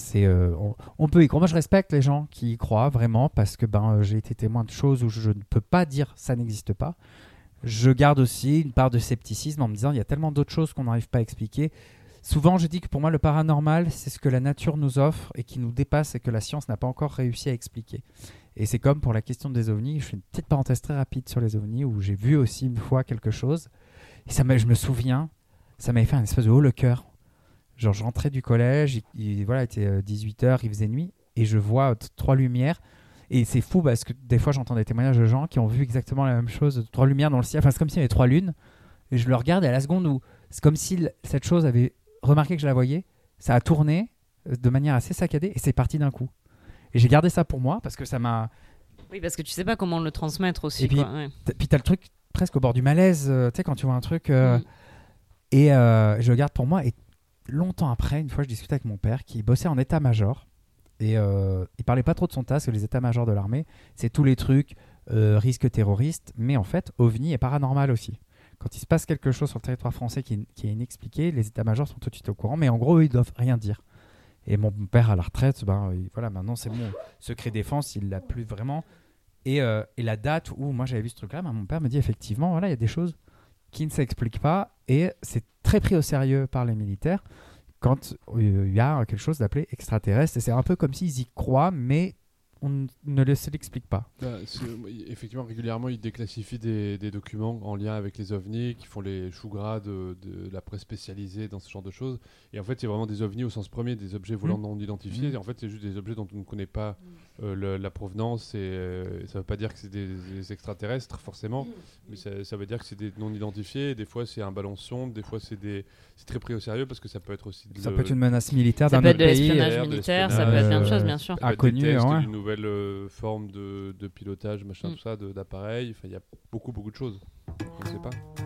On peut y croire. Moi, je respecte les gens qui y croient vraiment parce que j'ai été témoin de choses où je ne peux pas dire ça n'existe pas. Je garde aussi une part de scepticisme en me disant il y a tellement d'autres choses qu'on n'arrive pas à expliquer. Souvent, je dis que pour moi, le paranormal, c'est ce que la nature nous offre et qui nous dépasse et que la science n'a pas encore réussi à expliquer. Et c'est comme pour la question des ovnis. Je fais une petite parenthèse très rapide sur les ovnis où j'ai vu aussi une fois quelque chose. Et je me souviens, ça m'avait fait un espèce de haut le cœur. Genre, je rentrais du collège, il était 18h, il faisait nuit, et je vois 3 lumières. Et c'est fou parce que des fois, j'entends des témoignages de gens qui ont vu exactement la même chose, 3 lumières dans le ciel. Enfin, c'est comme s'il y avait 3 lunes. Et je le regarde, et à la seconde où c'est comme si cette chose avait remarqué que je la voyais, ça a tourné de manière assez saccadée, et c'est parti d'un coup. Et j'ai gardé ça pour moi parce que ça m'a... Oui, parce que tu sais pas comment le transmettre aussi. Et puis, quoi, ouais. puis t'as le truc presque au bord du malaise, tu sais, quand tu vois un truc... Et je le garde pour moi, et longtemps après, une fois, je discutais avec mon père qui bossait en état-major et il parlait pas trop de son tas, parce que les états-majors de l'armée, c'est tous les trucs risques terroristes, mais en fait, OVNI est paranormal aussi. Quand il se passe quelque chose sur le territoire français qui est inexpliqué, les états-majors sont tout de suite au courant, mais en gros, eux, ils doivent rien dire. Et mon père à la retraite, voilà, maintenant c'est bon, secret défense, il l'a plus vraiment. Et la date où moi j'avais vu ce truc-là, mon père me dit effectivement, voilà, il y a des choses qui ne s'expliquent pas, et c'est très pris au sérieux par les militaires quand il y a quelque chose d'appelé extraterrestre. Et c'est un peu comme s'ils y croient, mais on ne se l'explique pas. Effectivement, régulièrement, ils déclassifient des documents en lien avec les ovnis, qui font les choux gras de la presse spécialisée dans ce genre de choses. Et en fait, c'est vraiment des ovnis au sens premier, des objets volants non identifiés. Et en fait, c'est juste des objets dont on ne connaît pas la provenance. Et ça ne veut pas dire que c'est des extraterrestres, forcément, mais ça veut dire que c'est des non identifiés. Et des fois, c'est un ballon sonde. Des fois, c'est très pris au sérieux parce que ça peut être aussi... Ça peut être une menace militaire ça d'un peut autre être de pays. l'espionnage militaire, ça peut être plein de choses, bien sûr. Inconnu, une nouvelle forme de pilotage, machin, tout ça, d'appareil. Enfin, il y a beaucoup de choses. On ne sait pas.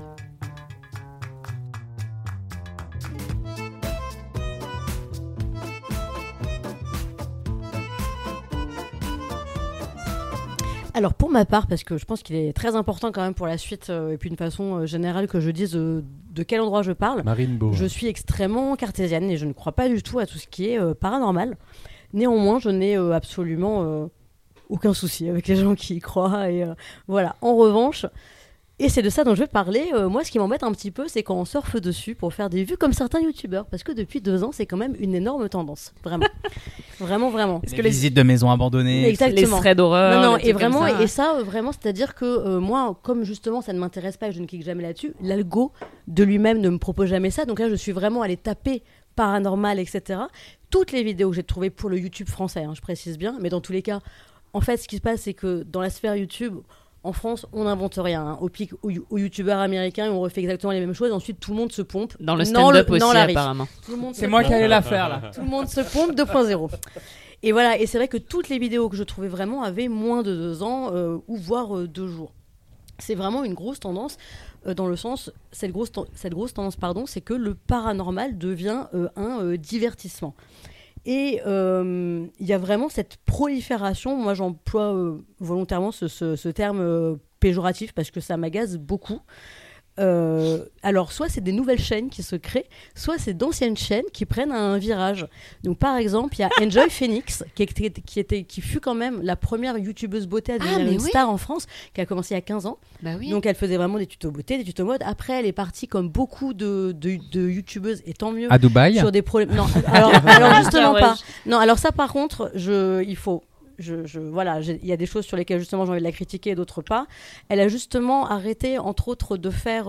Alors pour ma part, parce que je pense qu'il est très important quand même pour la suite, et puis d'une façon générale que je dise de quel endroit je parle, Marine Beau. je suis extrêmement cartésienne et je ne crois pas du tout à tout ce qui est paranormal. Néanmoins, je n'ai absolument aucun souci avec les gens qui y croient. Et voilà. En revanche, et c'est de ça dont je vais parler, moi ce qui m'embête un petit peu, c'est quand on surfe dessus pour faire des vues comme certains youtubeurs, parce que depuis 2 ans, c'est quand même une énorme tendance. Vraiment. Vraiment. Est-ce que les visites de maisons abandonnées, Exactement. Les threads d'horreur. Non, les et trucs comme vraiment, ça. et ça, vraiment, c'est-à-dire que moi, comme justement ça ne m'intéresse pas et je ne clique jamais là-dessus, l'algo de lui-même ne me propose jamais ça. Donc là, je suis vraiment allée taper paranormal, etc. Toutes les vidéos que j'ai trouvées pour le YouTube français, je précise bien, mais dans tous les cas, en fait, ce qui se passe, c'est que dans la sphère YouTube, en France, on n'invente rien. Au pic, aux youtubeurs américains, on refait exactement les mêmes choses. Ensuite, tout le monde se pompe. Dans le stand-up aussi, apparemment. C'est moi qui allais la faire, là. Tout le monde se pompe 2.0. Et voilà, et c'est vrai que toutes les vidéos que je trouvais vraiment avaient moins de 2 ans, ou voire 2 jours. C'est vraiment une grosse tendance, dans le sens, cette grosse tendance, c'est que le paranormal devient un divertissement. Et il y a vraiment cette prolifération, moi j'emploie volontairement ce terme péjoratif parce que ça m'agace beaucoup, alors soit c'est des nouvelles chaînes qui se créent, soit c'est d'anciennes chaînes qui prennent un virage. Donc par exemple, il y a Enjoy Phoenix qui fut quand même la première youtubeuse beauté à devenir une star en France, qui a commencé il y a 15 ans. Bah oui. Donc elle faisait vraiment des tutos beauté, des tutos mode. Après elle est partie comme beaucoup de youtubeuses, et tant mieux, À Dubaï. sur des problèmes. Non, alors justement Ouais. pas. Non, alors ça par contre, il faut. Voilà, il y a des choses sur lesquelles justement j'ai envie de la critiquer et d'autres pas. Elle a justement arrêté, entre autres, de faire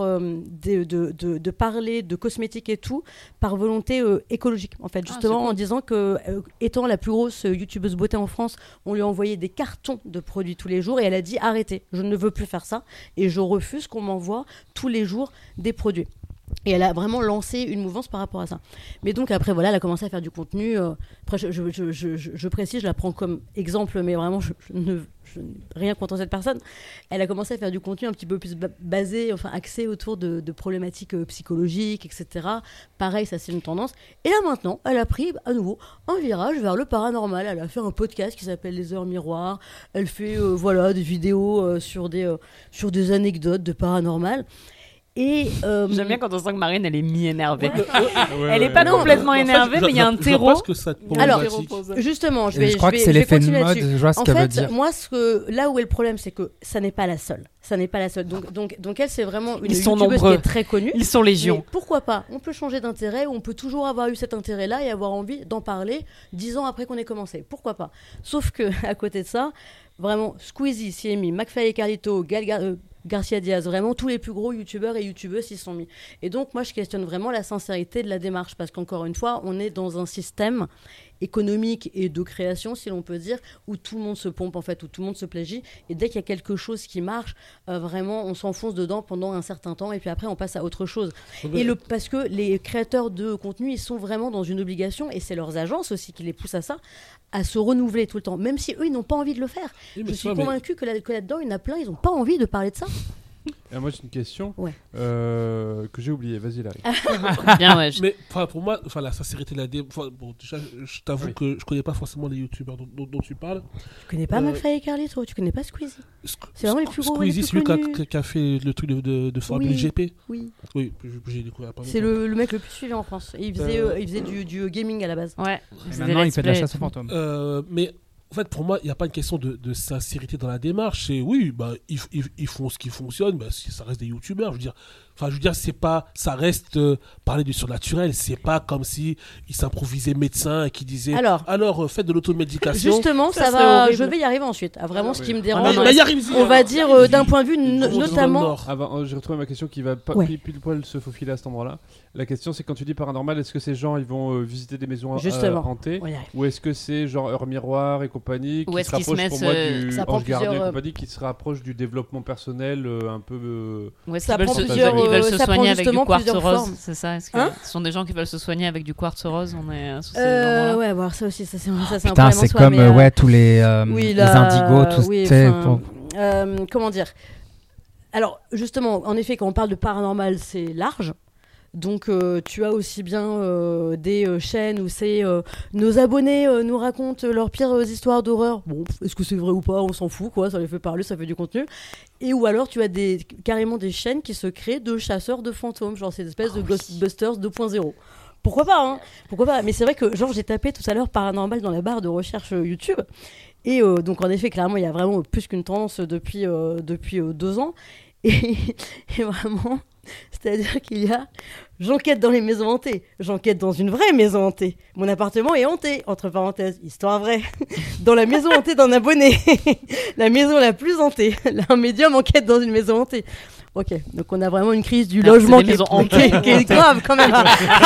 de parler de cosmétiques et tout par volonté écologique. En fait, justement, en disant que étant la plus grosse youtubeuse beauté en France, on lui a envoyé des cartons de produits tous les jours et elle a dit arrêtez, je ne veux plus faire ça et je refuse qu'on m'envoie tous les jours des produits. Et elle a vraiment lancé une mouvance par rapport à ça. Mais donc après, voilà, elle a commencé à faire du contenu. Après, je précise, je la prends comme exemple, mais vraiment, je n'ai rien contre cette personne. Elle a commencé à faire du contenu un petit peu plus basé, enfin axé autour de problématiques psychologiques, etc. Pareil, ça c'est une tendance. Et là maintenant, elle a pris à nouveau un virage vers le paranormal. Elle a fait un podcast qui s'appelle Les Heures Miroirs. Elle fait voilà, des vidéos sur des anecdotes de paranormal. Et J'aime bien quand on sent que Marine, elle est mi-énervée. Ouais, Elle est pas non, complètement énervée, mais il y a un terreau. Je pense que ça te Alors, problématique. justement, Je crois que c'est l'effet de mode, je vois ce En qu'elle veut fait, dire. moi, là où est le problème, c'est que ça n'est pas la seule. Ça n'est pas la seule. Donc elle, c'est vraiment une Ils sont youtubeuse qui nombreux. est très connue. Ils sont légion. Mais pourquoi pas? On peut changer d'intérêt, ou on peut toujours avoir eu cet intérêt-là et avoir envie d'en parler 10 ans après qu'on ait commencé. Pourquoi pas? Sauf que à côté de ça, vraiment, Squeezie, CMI, McFly et Carlito, Garcia Diaz, vraiment tous les plus gros youtubeurs et youtubeuses s'y sont mis. Et donc moi je questionne vraiment la sincérité de la démarche, parce qu'encore une fois on est dans un système économique et de création, si l'on peut dire, où tout le monde se pompe en fait, où tout le monde se plagie, et dès qu'il y a quelque chose qui marche, vraiment on s'enfonce dedans pendant un certain temps et puis après on passe à autre chose. Et parce que les créateurs de contenu, ils sont vraiment dans une obligation, et c'est leurs agences aussi qui les poussent à ça, à se renouveler tout le temps, même si eux ils n'ont pas envie de le faire. Oui, mais Je suis ça, mais- convaincue que là-dedans il y en a plein, ils n'ont pas envie de parler de ça. Moi j'ai une question Ouais. que j'ai oubliée. Vas-y Larry. Bien, ouais. Mais pour moi, la sincérité de la bon, déjà, je t'avoue Ouais. que je connais pas forcément les youtubeurs dont tu parles. Tu connais pas McFly et Carlito, tu connais pas Squeezie. C'est vraiment les plus gros, les Squeezie, plus celui connus. qui a fait le truc de Formule Oui. GP. Oui, Oui, j'ai découvert pas c'est longtemps. le mec le plus suivi en France. Et il faisait du gaming à la base. Ouais. Et maintenant, il fait de la chasse aux fantômes. Mais en fait, pour moi, il n'y a pas une question de sincérité dans la démarche. C'est oui, bah, ils font ce qui fonctionne, bah, ça reste des youtubeurs. Je veux dire, c'est pas, ça reste parler du surnaturel. C'est pas comme si ils s'improvisaient médecins et qui disaient alors faites de l'automédication. Justement, ça serait va. horrible. Je vais y arriver ensuite. Ah, vraiment, ce qui me Ah, dérange. bah, y arrive-y, On hein. va dire d'un point de vue Ils vont dans le notamment. Nord. Avant, j'ai retrouvé ma question qui va Ouais. pile poil se faufiler à cet endroit-là. La question c'est, quand tu dis paranormal, est-ce que ces gens ils vont visiter des maisons Justement. hantées, On y arrive. ou est-ce que c'est genre Heure Miroir et compagnie Ou qui est-ce se qu'ils se rapprochent pour mettent, moi du ça prend Ange Gardien et plusieurs, compagnie, qui se rapproche du développement personnel un peu Ou est-ce Ça qu'ils veulent prend se, plusieurs, ils veulent se ça prend soigner avec du justement quartz plusieurs rose, formes. c'est ça? Est-ce que Hein ce sont des gens qui veulent se soigner avec du quartz rose? On est sur ces gens-là. Ouais, bon, ça aussi, ça c'est un Putain, problème en c'est soi, comme mais, tous les indigos, tous oui, ces. enfin, comment dire? Alors, justement, en effet, quand on parle de paranormal, c'est large. Donc, tu as aussi bien des chaînes où c'est nos abonnés nous racontent leurs pires histoires d'horreur. Bon, est-ce que c'est vrai ou pas? On s'en fout, quoi. Ça les fait parler, ça fait du contenu. Et ou alors, tu as carrément des chaînes qui se créent de chasseurs de fantômes, genre ces espèces de Ghostbusters 2.0. Pourquoi pas, hein? Pourquoi pas? Mais c'est vrai que, genre, j'ai tapé tout à l'heure paranormal dans la barre de recherche YouTube. Et donc, en effet, clairement, il y a vraiment plus qu'une tendance depuis 2 ans. Et vraiment, c'est-à-dire qu'il y a j'enquête dans les maisons hantées, j'enquête dans une vraie maison hantée. Mon appartement est hanté, entre parenthèses, histoire vraie. Dans la maison hantée d'un abonné, la maison la plus hantée. Un médium enquête dans une maison hantée. Ok, donc on a vraiment une crise du logement c'est des maisons hantées. qui est grave quand même.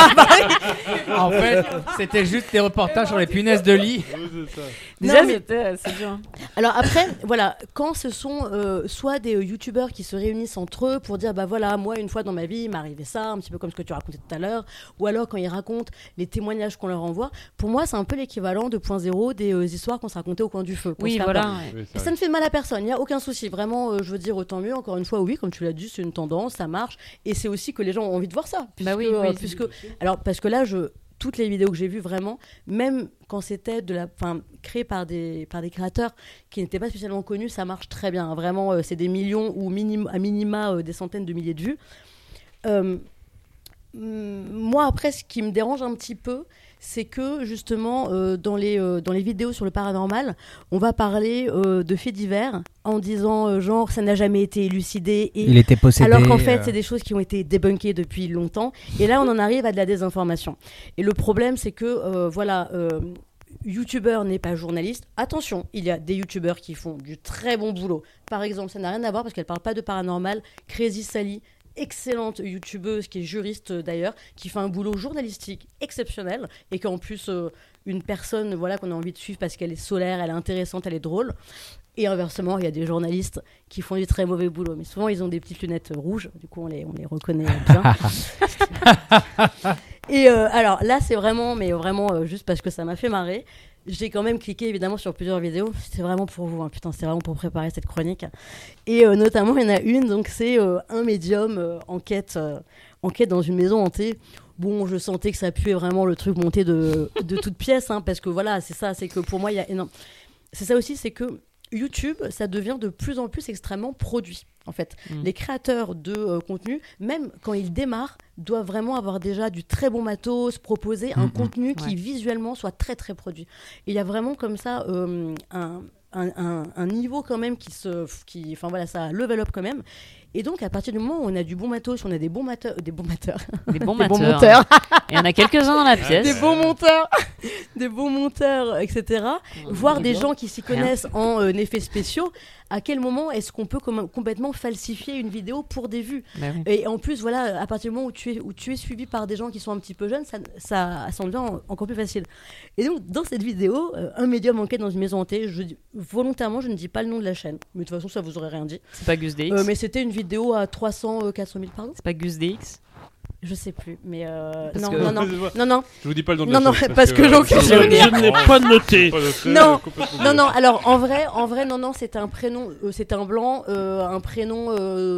En fait, c'était juste des reportages sur les punaises de lit. Déjà, Non, mais- c'est dur. Alors après, voilà, quand ce sont soit des youtubeurs qui se réunissent entre eux pour dire, bah voilà, moi une fois dans ma vie, il m'est arrivé ça, un petit peu comme ce que tu racontais tout à l'heure, ou alors quand ils racontent les témoignages qu'on leur envoie, pour moi c'est un peu l'équivalent 2.0 des histoires qu'on se racontait au coin du feu. pour se Oui, faire voilà. peur. Oui, Et c'est ça vrai. ne fait mal à personne, il n'y a aucun souci. Vraiment, je veux dire, autant mieux. Encore une fois, oui, comme tu l'as dit, c'est une tendance, ça marche. Et c'est aussi que les gens ont envie de voir ça. Bah oui, puisque, alors, parce que là, toutes les vidéos que j'ai vues, vraiment, même quand c'était créé par des créateurs qui n'étaient pas spécialement connus, ça marche très bien. Vraiment, c'est des millions ou à minima des centaines de milliers de vues. Moi, après, ce qui me dérange un petit peu, c'est que justement, dans les vidéos sur le paranormal, on va parler de faits divers en disant genre ça n'a jamais été élucidé. Il était possédé. Alors qu'en fait, c'est des choses qui ont été débunkées depuis longtemps. Et là, on en arrive à de la désinformation. Et le problème, c'est que, youtubeur n'est pas journaliste. Attention, il y a des youtubeurs qui font du très bon boulot. Par exemple, ça n'a rien à voir parce qu'elle ne parle pas de paranormal. Crazy Sally, excellente youtubeuse qui est juriste d'ailleurs, qui fait un boulot journalistique exceptionnel et qu'en plus une personne qu'on a envie de suivre parce qu'elle est solaire, elle est intéressante, elle est drôle. Et inversement, il y a des journalistes qui font du très mauvais boulot, mais souvent ils ont des petites lunettes rouges, du coup on les reconnaît bien. Et alors là c'est vraiment juste parce que ça m'a fait marrer. J'ai quand même cliqué évidemment sur plusieurs vidéos. C'est vraiment pour vous, putain, c'est vraiment pour préparer cette chronique. Et notamment, il y en a une, donc c'est un médium enquête dans une maison hantée. Bon, je sentais que ça puait vraiment le truc monté de toutes pièces, parce que voilà, c'est ça, c'est que pour moi, il y a énorme. C'est ça aussi, c'est que YouTube, ça devient de plus en plus extrêmement produit. En fait, les créateurs de contenu, même quand ils démarrent, doivent vraiment avoir déjà du très bon matos, proposer un contenu qui visuellement soit très très produit. Et il y a vraiment comme ça un niveau quand même ça level up quand même. Et donc à partir du moment où on a du bon matos, on a des bons monteurs. Il y en a quelques-uns dans la pièce. Des bons monteurs, etc. Voire des gens qui s'y connaissent en effets spéciaux. À quel moment est-ce qu'on peut complètement falsifier une vidéo pour des vues ? Et en plus, voilà, à partir du moment où tu es suivi par des gens qui sont un petit peu jeunes, ça en devient encore plus facile. Et donc, dans cette vidéo, un médium enquête dans une maison hantée. Volontairement, je ne dis pas le nom de la chaîne. Mais de toute façon, ça vous aurait rien dit. C'est pas Gus DX mais c'était une vidéo à 400 000, pardon. C'est pas Gus DX ? Je sais plus, mais Non. Je vous dis pas le nom de la chaîne. parce que j'en Je ne l'ai pas noté. Non. Alors en vrai, non, c'était un prénom, c'était un blanc, un prénom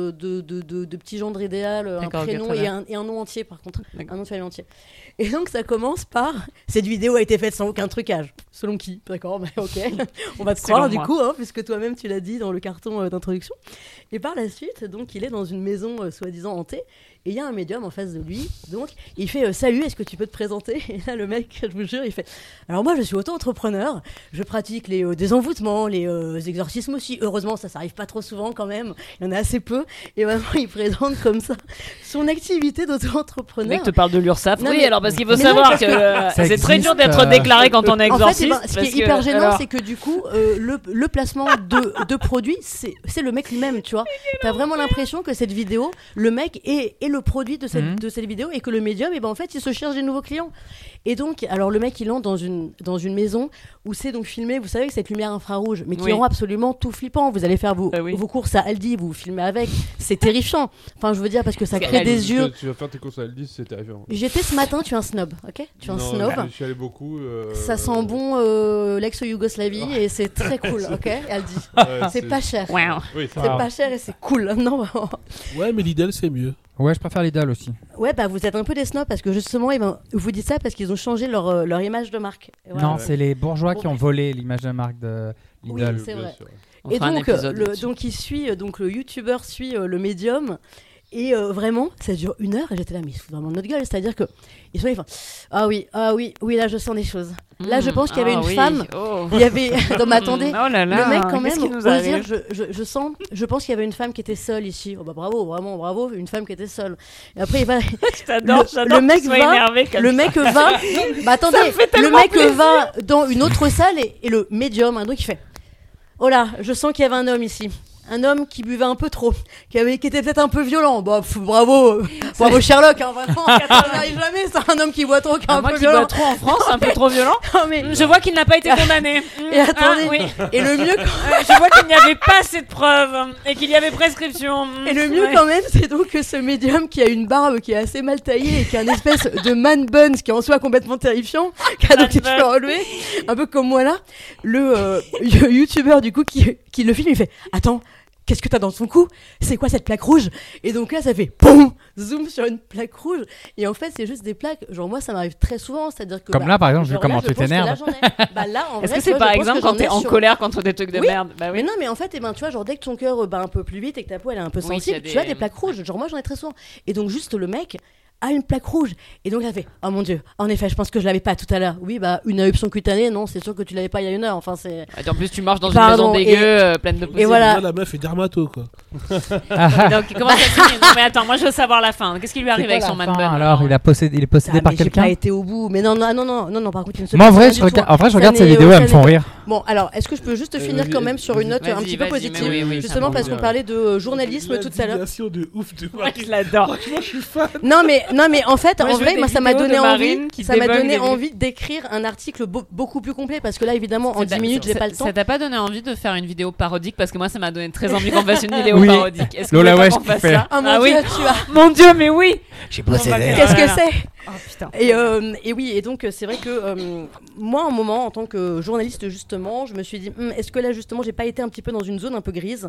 de petit gendre idéal, un prénom et un nom entier par contre, un nom de famille entier. Et donc ça commence par cette vidéo a été faite sans aucun trucage. Selon qui ? D'accord, ok, on va te croire du coup, puisque toi-même tu l'as dit dans le carton d'introduction. Et par la suite, donc il est dans une maison soi-disant hantée. Et il y a un médium en face de lui, donc il fait salut, est-ce que tu peux te présenter ? Et là le mec, je vous jure, il fait alors moi je suis auto-entrepreneur, je pratique les désenvoûtements, les exorcismes aussi. Heureusement ça s'arrive pas trop souvent quand même, il y en a assez peu. Et vraiment il présente comme ça son activité d'auto-entrepreneur. Le mec te parle de l'URSSAF. Non, alors parce qu'il faut savoir que c'est très dur d'être déclaré quand on est exorciste. En fait, ce qui est hyper gênant, c'est que du coup le placement de produits, c'est le mec lui-même, tu vois. T'as vraiment l'impression que cette vidéo, le mec est le produit de cette vidéo et que le médium, en fait, il se cherche des nouveaux clients. Et donc, alors le mec, il entre dans une maison où c'est donc filmé, vous savez, avec cette lumière infrarouge, mais qui rend absolument tout flippant. Vous allez faire vos courses à Aldi, vous filmez avec, c'est terrifiant. Enfin, je veux dire, parce que ça crée des yeux. Tu vas faire tes courses à Aldi, c'est terrifiant. J'étais ce matin, tu es un snob, ok ? Tu es un snob. Je suis allé beaucoup. Ça sent bon l'ex-Yougoslavie et c'est très cool, ok ? Aldi. C'est pas cher. Oui, c'est pas cher et c'est cool. Non, vraiment. Ouais, mais Lidl, c'est mieux. Ouais, je préfère Lidl aussi. Ouais, vous êtes un peu des snobs parce que justement, vous dites ça parce qu'ils ont changé leur image de marque. Voilà. Non, c'est les bourgeois qui ont volé l'image de marque de Lidl. Oui, c'est vrai. Et donc, il suit, le youtubeur suit le médium. Et vraiment, ça dure 1 heure et j'étais là, mais ils se foutent vraiment de notre gueule. C'est-à-dire que ils sont là, ils font ah oui, là je sens des choses. Là, je pense qu'il y avait une femme. Il y avait. Non, mais attendez. Oh là là, le mec, quand même, dire, je pense qu'il y avait une femme qui était seule ici. Oh bah bravo, vraiment bravo, une femme qui était seule. Et après, il va. J'adore. Le mec va. Bah attendez, le mec va dans une autre salle et le médium, donc il fait. Oh là, je sens qu'il y avait un homme ici. Un homme qui buvait un peu trop, qui était peut-être un peu violent. Bah, bravo Sherlock, vraiment, ça n'arrive jamais, c'est un homme qui boit trop, qui est un peu violent. Qui boit trop en France, un peu trop violent. Non, mais... Je vois qu'il n'a pas été condamné. Et attendez, et le mieux je vois qu'il n'y avait pas assez de preuves et qu'il y avait prescription. Et le mieux quand même, c'est donc que ce médium qui a une barbe qui est assez mal taillée et qui a une espèce de man bun, ce qui est en soi complètement terrifiant, qui a donc été relevé, un peu comme moi là, le youtubeur du coup qui le filme, il fait attends, qu'est-ce que t'as dans ton cou ? C'est quoi cette plaque rouge ? Et donc là, ça fait boum, zoom sur une plaque rouge. Et en fait, c'est juste des plaques. Genre, moi, ça m'arrive très souvent. C'est-à-dire que. Comme là, par exemple, vu genre comment là, tu je pense que t'énerves. là, j'en ai. Bah, là, en Est-ce vrai, que c'est tu vois, par je pense exemple que quand j'en t'es ai en sur- colère contre des trucs de Oui. merde? Bah Mais oui. non, mais en fait, tu vois, genre dès que ton cœur bat un peu plus vite et que ta peau elle est un peu Oui, sensible, qu'il y a tu as des- des plaques rouges. Genre moi j'en ai très souvent. Et donc juste le mec a une plaque rouge. Et donc il a fait oh mon dieu, en effet, je pense que je l'avais pas tout à l'heure. Oui, bah une éruption cutanée, non, c'est sûr que tu l'avais pas il y a une heure. Enfin c'est. Et en plus, tu marches dans une Pardon, maison dégueu, pleine de poussière. voilà. Là, la meuf est dermato, quoi. Donc, comment ça finit? Non, mais attends, moi je veux savoir la fin. Qu'est-ce qui lui arrive C'est quoi avec la son man fin, bun? alors, il est possédé Ah, par mais j'ai quelqu'un. pas été au bout. Mais non, par contre, il ne se Moi, en passe vrai, rien je du tout, regarde, hein. en vrai, je Ça regarde ces n'est vidéos, elles me font aucun- rire. Bon, alors, est-ce que je peux juste finir quand même sur une note un Vas-y, petit peu vas-y, positive mais oui, justement parce qu'on parlait de journalisme tout à l'heure. L'indignation de ouf de Ouais, Marie. je l'adore. Franchement, je suis fan. Non mais en fait Moi, en je veux vrai des moi ça m'a vidéos donné de envie Marine qui ça m'a débug donné des- envie d'écrire un article beaucoup plus complet parce que là évidemment en 10 minutes j'ai pas le temps. Ça t'a pas donné envie de faire une vidéo parodique? Parce que moi, ça m'a donné très envie qu'on fasse une vidéo Oui. parodique. Est-ce que Lola vous voulez Wesh pas qu'on qui fasse fait. ça? Ah mon Ah dieu, oui. tu as. Mon dieu, mais oui. J'ai Qu'est-ce que c'est? Oh putain. Et oui, et donc c'est vrai que moi, un moment, en tant que journaliste, justement, je me suis dit, est-ce que là, justement, j'ai pas été un petit peu dans une zone un peu grise?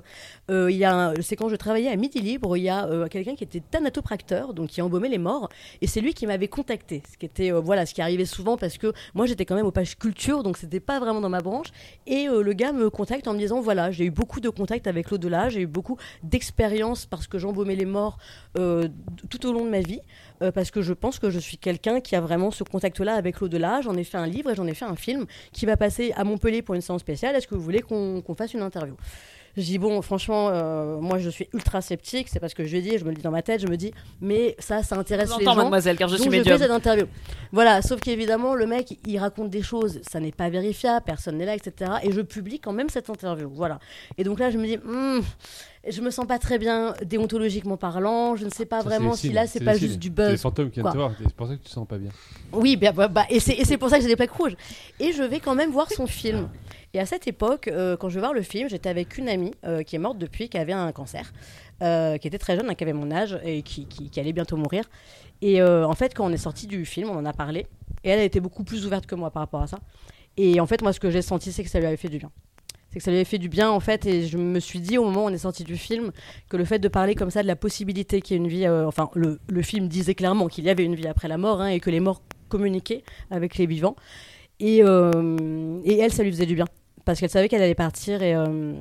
C'est quand je travaillais à Midi Libre, il y a quelqu'un qui était thanatopracteur, donc qui embaumait les morts, et c'est lui qui m'avait contacté, ce qui était, voilà, ce qui arrivait souvent parce que moi, j'étais quand même aux pages culture, donc c'était pas vraiment dans ma branche, et le gars me contacte en me disant, voilà, j'ai eu beaucoup de contacts avec l'au-delà, j'ai eu beaucoup d'expériences parce que j'embaumais les morts tout au long de ma vie. Parce que je pense que je suis quelqu'un qui a vraiment ce contact-là avec l'au-delà. J'en ai fait un livre et j'en ai fait un film qui va passer à Montpellier pour une séance spéciale. Est-ce que vous voulez qu'on fasse une interview? Je dis bon, franchement, moi je suis ultra sceptique. C'est parce que je lui ai dit, je me le dis dans ma tête, je me dis, mais ça intéresse les J'entends, gens. mademoiselle, car je suis Donc je fais médium. cette interview. Voilà, sauf qu'évidemment, le mec, il raconte des choses, ça n'est pas vérifiable, personne n'est là, etc. Et je publie quand même cette interview. Voilà. Et donc là, je me dis, je me sens pas très bien déontologiquement parlant. Je ne sais pas vraiment si là, c'est pas juste du C'est les buzz. fantômes qui viennent quoi. te voir, c'est pour ça que tu te sens pas bien. Oui, et c'est pour ça que j'ai des plaques rouges. Et je vais quand même voir son film. Et à cette époque, quand je vais voir le film, j'étais avec une amie qui est morte depuis, qui avait un cancer, qui était très jeune, qui avait mon âge et qui allait bientôt mourir. Et en fait, quand on est sorti du film, on en a parlé. Et elle a été beaucoup plus ouverte que moi par rapport à ça. Et en fait, moi, ce que j'ai senti, c'est que ça lui avait fait du bien. C'est que ça lui avait fait du bien, en fait. Et je me suis dit, au moment où on est sorti du film, que le fait de parler comme ça de la possibilité qu'il y ait une vie... enfin, le film disait clairement qu'il y avait une vie après la mort, hein, et que les morts communiquaient avec les vivants. Et elle, ça lui faisait du bien. Parce qu'elle savait qu'elle allait partir. Et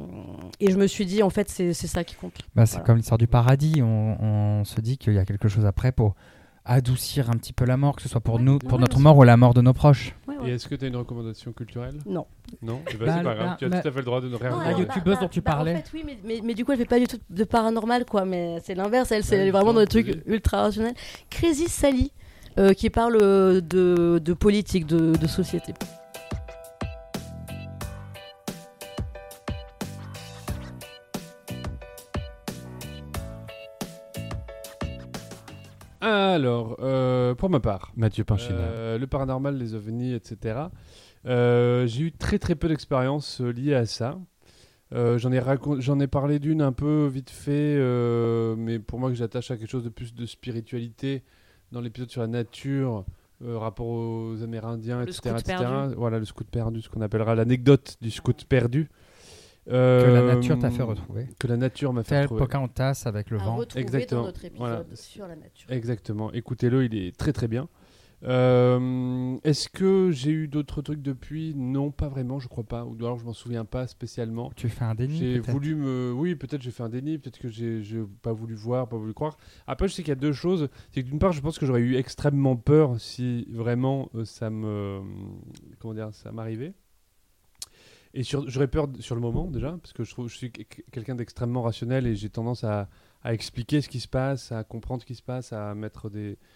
je me suis dit, en fait, c'est ça qui compte. Bah, c'est Voilà. comme l'histoire du paradis. On se dit qu'il y a quelque chose après pour adoucir un petit peu la mort, que ce soit pour nous, pour ouais, notre bien mort ou la mort de nos proches. Ouais, Et ouais. est-ce que tu as une recommandation culturelle? Non. Non, eh ben, Bah, c'est pas grave, bah, tu as bah- tout à fait le droit de ne rien Non, la alors, regarder. youtubeuse dont tu parlais. En fait, oui, mais du coup, elle fait pas du tout de paranormal, quoi. Mais c'est l'inverse, elle, c'est Ouais, vraiment dans des justement, trucs ultra rationnels. Crazy Sally, qui parle de politique, de société. Alors, pour ma part, Mathieu Pinchina. le paranormal, les ovnis, etc. J'ai eu très très peu d'expérience liée à ça. J'en ai parlé d'une un peu vite fait, mais pour moi que j'attache à quelque chose de plus de spiritualité dans l'épisode sur la nature, rapport aux Amérindiens, Le etc., scout etc. perdu. Voilà, le scout perdu, ce qu'on appellera l'anecdote du scout perdu. Que la nature t'a fait retrouver. Que la nature m'a fait Tel retrouver. Pocahontas avec le À vent. retrouver Exactement. dans notre épisode Voilà. sur la nature. Exactement. Écoutez-le, il est très très bien. Est-ce que j'ai eu d'autres trucs depuis? Non, pas vraiment, je crois pas. Ou alors je m'en souviens pas spécialement. Tu fais un déni J'ai peut-être. voulu me... Oui, peut-être j'ai fait un déni, peut-être que j'ai pas voulu voir, pas voulu croire. Après, je sais qu'il y a deux choses. C'est que d'une part, je pense que j'aurais eu extrêmement peur si vraiment ça me... Comment dire, ça m'arrivait. Et j'aurais peur sur le moment déjà, parce que je suis quelqu'un d'extrêmement rationnel et j'ai tendance à expliquer ce qui se passe, à comprendre ce qui se passe, à mettre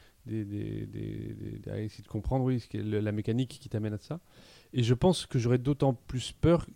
à essayer de comprendre la mécanique qui t'amène à ça. Et je pense que j'aurais d'autant plus peur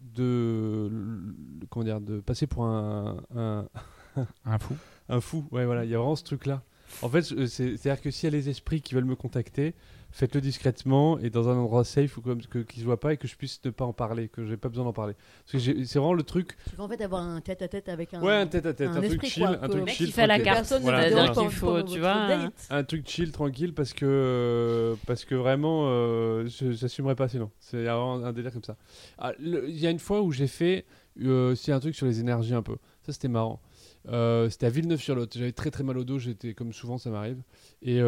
de passer pour un fou. un fou. Ouais, voilà, il y a vraiment ce truc-là. En fait, c'est-à-dire que s'il y a les esprits qui veulent me contacter, faites-le discrètement et dans un endroit safe ou qu'ils ne se voient pas et que je puisse ne pas en parler, que j'ai pas besoin d'en parler. Parce que c'est vraiment le truc. Tu veux en fait avoir un tête-à-tête avec un... Ouais, un tête-à-tête, un truc esprit, chill, quoi, un que- truc Le mec chill. qui fait la tranquille. carte. Voilà, c'est-à-dire voilà. qu'il faut, tu vois, Un truc chill, tranquille, parce que vraiment, j'assumerais pas sinon. C'est vraiment un délire comme ça. Il y a une fois où j'ai fait, c'est un truc sur les énergies un peu. Ça, c'était marrant. C'était à Villeneuve-sur-Lot. J'avais très très mal au dos, j'étais comme souvent, ça m'arrive. Et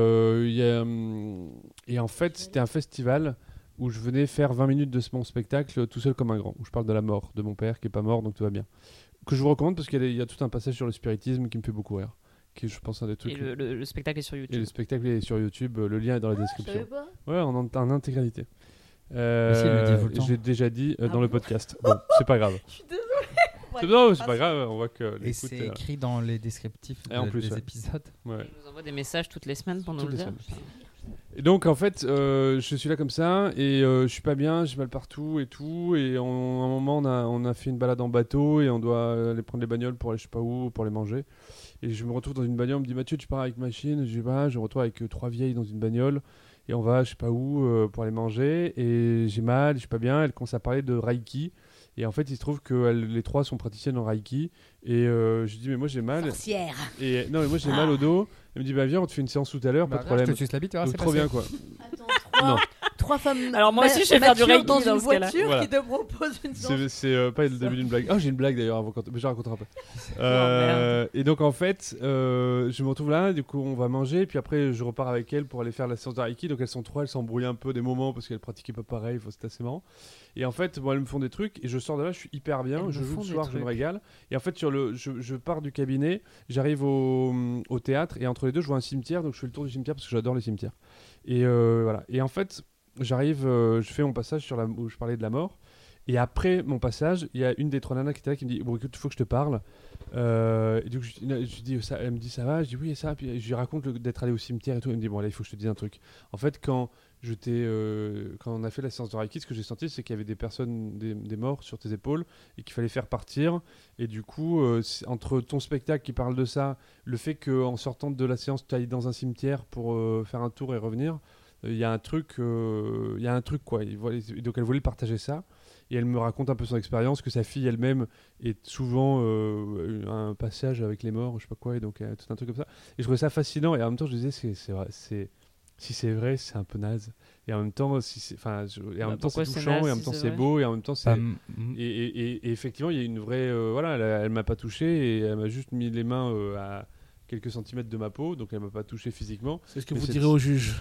en fait, c'était un festival où je venais faire 20 minutes de mon spectacle tout seul comme un grand, où je parle de la mort de mon père qui est pas mort, donc tout va bien. Que je vous recommande parce qu'il y a tout un passage sur le spiritisme qui me fait beaucoup rire. Qui est, je pense, un des trucs. Et le spectacle est sur YouTube. Et le spectacle est sur YouTube, le lien est dans la Je description. savais pas. Ouais, en intégralité. si, il le dit tout le temps. J'ai déjà dit dans Ah le bon podcast. Bon, c'est pas grave. Je suis désolée. C'est pas grave, on voit que Et l'écoute c'est est là. écrit dans les descriptifs Et en plus, des ouais. épisodes. Ouais. Il nous envoie des messages toutes les semaines pour nous Toutes le les dire. Et donc en fait, je suis là comme ça et je suis pas bien, j'ai mal partout et tout. Et à un moment, on a fait une balade en bateau et on doit aller prendre les bagnoles pour aller je sais pas où, pour les manger. Et je me retrouve dans une bagnole, on me dit Mathieu, tu pars avec machine? Je dis bah, je me retrouve avec 3 vieilles dans une bagnole et on va je sais pas où pour aller manger. Et j'ai mal, je suis pas bien. Elle commence à parler de Reiki. Et en fait, il se trouve que les 3 sont praticiennes en Reiki. Et je dis mais moi j'ai mal. Sorcière. Et non, mais moi j'ai mal au dos. Elle me dit bah viens, on te fait une séance tout à l'heure, pas de Je problème. te suce la bite, tu vois, Donc c'est trop passé. bien quoi. Attends, Non. 3 femmes. Alors, moi aussi, je vais faire du matures Reiki dans dans une ce cas-là. voiture Voilà. qui te propose une séance. C'est pas le début d'une blague. Ah, j'ai une blague d'ailleurs, mais je la raconterai après. merde. Et donc en fait, je me retrouve là, du coup on va manger, puis après je repars avec elle pour aller faire la séance de Reiki. Donc elles sont 3, elles s'embrouillent un peu des moments parce qu'elles pratiquaient pas pareil, c'est assez marrant. Et en fait, bon, elles me font des trucs et je sors de là, je suis hyper bien, Elles je me joue font le des soir, je me trucs. régale. Et en fait, je pars du cabinet, j'arrive au théâtre et entre les deux, je vois un cimetière, donc je fais le tour du cimetière parce que j'adore les cimetières. Et voilà. Et en fait, j'arrive, je fais mon passage où je parlais de la mort. Et après mon passage, il y a une des 3 nanas qui était là qui me dit bon écoute, il faut que je te parle. Et donc je dis ça, elle me dit ça va, je dis oui et ça, puis je lui raconte d'être allé au cimetière et tout. Elle me dit bon là il faut que je te dise un truc. En fait quand on a fait la séance de Reiki, ce que j'ai senti c'est qu'il y avait des personnes, des morts sur tes épaules et qu'il fallait faire partir. Et du coup entre ton spectacle qui parle de ça, le fait qu'en sortant de la séance tu ailles dans un cimetière pour faire un tour et revenir, il y a un truc quoi. Donc elle voulait partager ça. Et elle me raconte un peu son expérience, que sa fille elle-même est souvent un passage avec les morts, je sais pas quoi, et donc tout un truc comme ça. Et je trouvais ça fascinant, et en même temps je disais, si c'est vrai, c'est un peu naze. Et en même temps, c'est Pourquoi c'est touchant, naze et en même si temps c'est c'est vrai beau, et en même temps c'est... Bah, Et effectivement, il y a une vraie... elle m'a pas touché, et elle m'a juste mis les mains à quelques centimètres de ma peau, donc elle m'a pas touché physiquement. C'est ce que Mais vous c'est- direz au juge.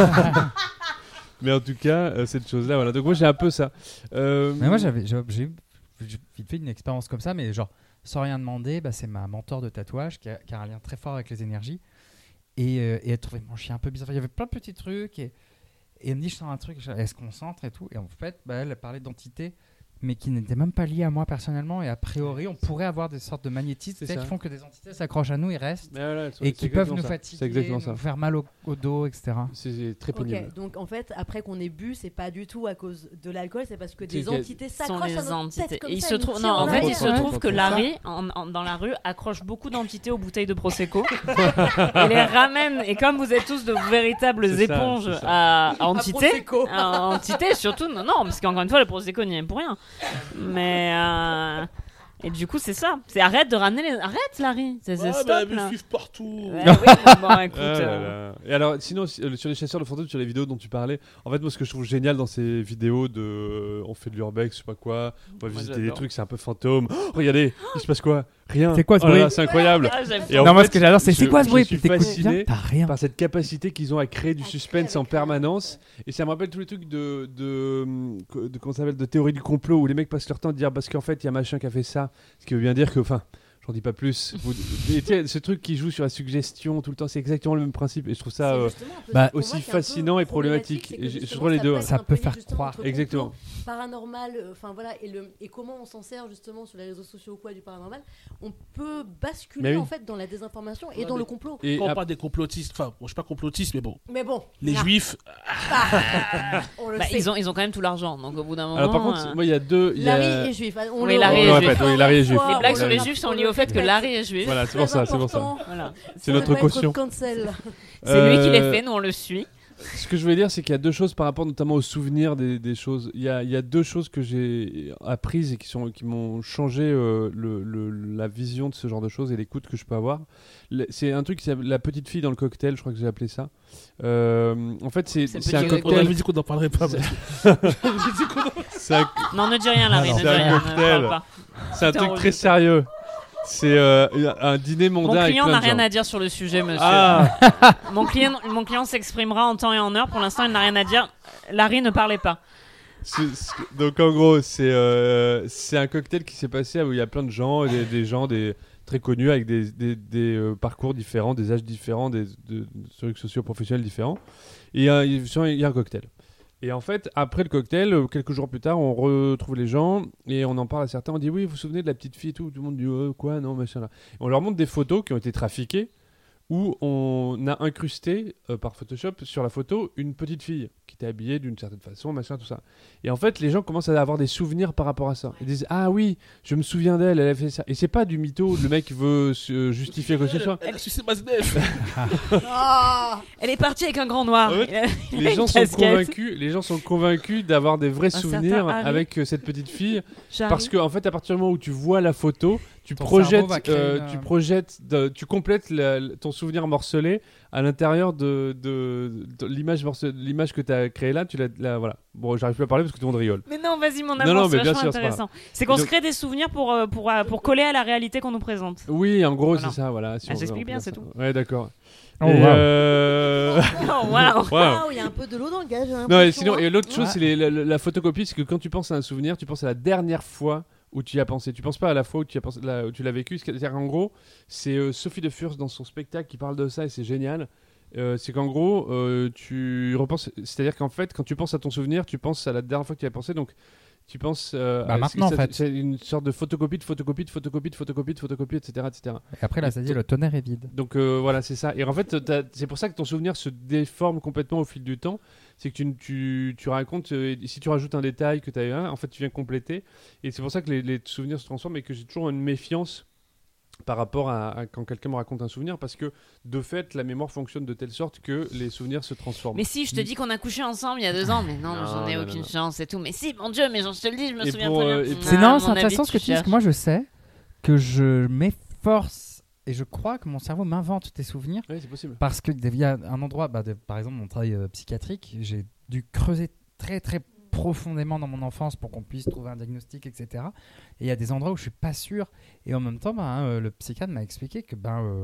Mais en tout cas, cette chose-là, voilà. Donc moi j'ai un peu ça. Mais moi, j'ai eu vite fait une expérience comme ça, mais genre, sans rien demander, bah, c'est ma mentor de tatouage qui a un lien très fort avec les énergies. Et elle trouvait mon chien un peu bizarre. Il y avait plein de petits trucs. Et elle me dit, je sens un truc, elle se concentre et tout. Et en fait, bah, elle parlait d'entités, mais qui n'étaient même pas liées à moi personnellement. Et a priori, on pourrait avoir des sortes de magnétismes C'est tu sais, ça. qui font que des entités s'accrochent à nous et restent. Mais voilà, Et qui c'est peuvent exactement nous ça. fatiguer, C'est exactement ça. nous faire mal au dos, etc. C'est très pénible. Ok, donc en fait, après qu'on ait bu, c'est pas du tout à cause de l'alcool, c'est parce que C'est des qu'il y a- entités Sont s'accrochent les à notre entités. tête comme Et il ça, se nous trouve, tirent non, en fait, arrière. il se Ouais. trouve que Ouais. Larry, dans la rue, accroche beaucoup d'entités aux bouteilles de Prosecco. Il les ramène, et comme vous êtes tous de véritables C'est ça, éponges c'est ça. à entités, Prosecco. surtout, non, parce qu'encore une fois, le Prosecco n'y est pour rien. Mais, et du coup, c'est ça. C'est arrête de ramener les. Arrête, Larry. C'est Ouais, mais stop, elles me là. suivent partout. Ouais, oui, mais bon, écoute. Ah là là. Et alors, sinon, sur les chasseurs de fantômes, sur les vidéos dont tu parlais, en fait, moi, ce que je trouve génial dans ces vidéos de on fait de l'urbex, je sais pas quoi, on va Moi, visiter des j'adore. trucs, c'est un peu fantôme. Oh, regardez, il se passe quoi? Rien. C'est quoi ce Oh là là, bruit c'est incroyable. Ah, j'aime Et en non, moi, fait, ce que j'adore, c'est je- quoi ce bruit? je suis Puis t'écoutes fasciné bien, t'as rien. par cette capacité qu'ils ont à créer du À suspense créer en avec permanence. Et ça me rappelle tous les trucs comment ça s'appelle, de théorie du complot où les mecs passent leur temps à dire parce qu'en fait il y a machin qui a fait ça, ce qui veut bien dire que, enfin, j'en dis pas plus. Et tu sais, ce truc qui joue sur la suggestion tout le temps, c'est exactement le même principe. Et je trouve ça C'est justement un peu bah, ça pour aussi moi qui est un peu fascinant et problématique. c'est que Et je justement, trouve les deux, peut ouais. être Ça un peut peu lié faire justement croire. entre complot, Exactement. paranormal, enfin voilà, et comment on s'en sert justement sur les réseaux sociaux ou quoi du paranormal, on peut basculer Mais oui. en fait dans la désinformation et Ouais, dans mais- le complot. Et Quand on ap- parle des complotistes, enfin, bon, je suis pas complotiste, mais bon, Mais bon, les ah, juifs, on le Bah, sait. ils ont quand même tout l'argent, donc au bout d'un moment. alors par contre, moi il y a deux. il y a- Larry est juif. On Oui, le Larry est répète juif. encore Oui, Larry est une juif. fois, les blagues on sur le les juifs sont liées au fait que répète. Larry est juif. Voilà, c'est pour ça, c'est pour ça. Important. Voilà. C'est notre Faut être caution. cancel. C'est lui qui les fait, nous on le suit. Ce que je voulais dire, c'est qu'il y a deux choses par rapport notamment aux souvenirs des choses. Il y a deux choses que j'ai apprises et qui m'ont changé la vision de ce genre de choses et l'écoute que je peux avoir. C'est un truc, c'est la petite fille dans le cocktail, je crois que j'ai appelé ça. En fait, c'est C'est le un petit on cocktail. avait dit qu'on n'en parlerait pas. C'est- mais- C'est un, Non, ne dis rien, Larry, Alors, ne dis c'est un rien. Ne cocktail. parle pas. c'est un T'es truc très enregistré. sérieux. C'est un dîner Mon mondain avec client plein n'a de rien gens. à dire sur le sujet, monsieur. Ah, Mon client s'exprimera en temps et en heure. Pour l'instant, il n'a rien à dire. Larry, ne parlez pas. donc en gros, c'est un cocktail qui s'est passé où il y a plein de gens, des gens très connus avec des parcours différents, des âges différents, des trucs socio-professionnels différents. Et il y a un cocktail. Et en fait, après le cocktail, quelques jours plus tard, on retrouve les gens et on en parle à certains. On dit oui, vous vous souvenez de la petite fille et tout. Tout le monde dit quoi, non, machin là. Et on leur montre des photos qui ont été trafiquées où on a incrusté par Photoshop sur la photo une petite fille qui était habillée d'une certaine façon, machin, tout ça. Et en fait, les gens commencent à avoir des souvenirs par rapport à ça. Ils disent ah oui, je me souviens d'elle, elle a fait ça. Et c'est pas du mytho, le mec veut se justifier quoi que ce soit. Elle a sucé Maznev. Elle est partie avec un grand noir. En fait, Les gens sont convaincus d'avoir des vrais souvenirs certain Harry. avec cette petite fille. J'arrive. Parce que en fait, à partir du moment où tu vois la photo, tu Ton cerveau va créer tu complètes ton souvenir morcelé à l'intérieur de l'image que tu as créée là. Voilà. Bon, j'arrive plus à parler parce que tout le monde rigole. Mais non, vas-y, mon Non, amour, non, c'est mais bien vachement sûr, c'est pas intéressant. C'est qu'on se Donc- crée des souvenirs pour coller à la réalité qu'on nous présente. Oui, en gros, Voilà. c'est ça. Voilà. Si on veut, j'explique on peut bien, dire c'est ça. tout. Ouais, d'accord. Oh, Et, wow. Oh, waouh. wow. Waouh, il y a un peu de l'eau dans le gaz. j'ai Non, et l'impression, sinon, hein. et l'autre chose, Ouais. c'est la photocopie, c'est que quand tu penses à un souvenir, tu penses à la dernière fois où tu y as pensé. Tu penses pas à la fois où tu l'as vécu. C'est-à-dire qu'en gros, c'est Sophie de Furst dans son spectacle qui parle de ça et c'est génial. C'est qu'en gros, tu repenses. C'est-à-dire qu'en fait, quand tu penses à ton souvenir, tu penses à la dernière fois que tu y as pensé. Donc, tu penses. maintenant, en fait. C'est une sorte de photocopie, etc., etc. Et après, là, ça dit le tonnerre est vide. Donc voilà, c'est ça. Et en fait, c'est pour ça que ton souvenir se déforme complètement au fil du temps. C'est que tu racontes, si tu rajoutes un détail que tu as eu en fait, tu viens compléter. Et c'est pour ça que les souvenirs se transforment et que j'ai toujours une méfiance par rapport à quand quelqu'un me raconte un souvenir, parce que de fait, la mémoire fonctionne de telle sorte que les souvenirs se transforment. Mais si, je te dis qu'on a couché ensemble il y a 2 ans, mais non, Non, j'en ai non, aucune non. chance et tout. Mais si, mon Dieu, mais je te le dis, je me Et souviens pour, très bien. et C'est Ah, non, mon c'est avis, intéressant ce que tu dis, parce que moi je sais que je m'efforce et je crois que mon cerveau m'invente des souvenirs Oui, c'est possible. parce qu'il y a un endroit, par exemple mon travail psychiatrique, j'ai dû creuser très très profondément dans mon enfance pour qu'on puisse trouver un diagnostic, etc. Et il y a des endroits où je suis pas sûr. Et en même temps, le psychiatre m'a expliqué que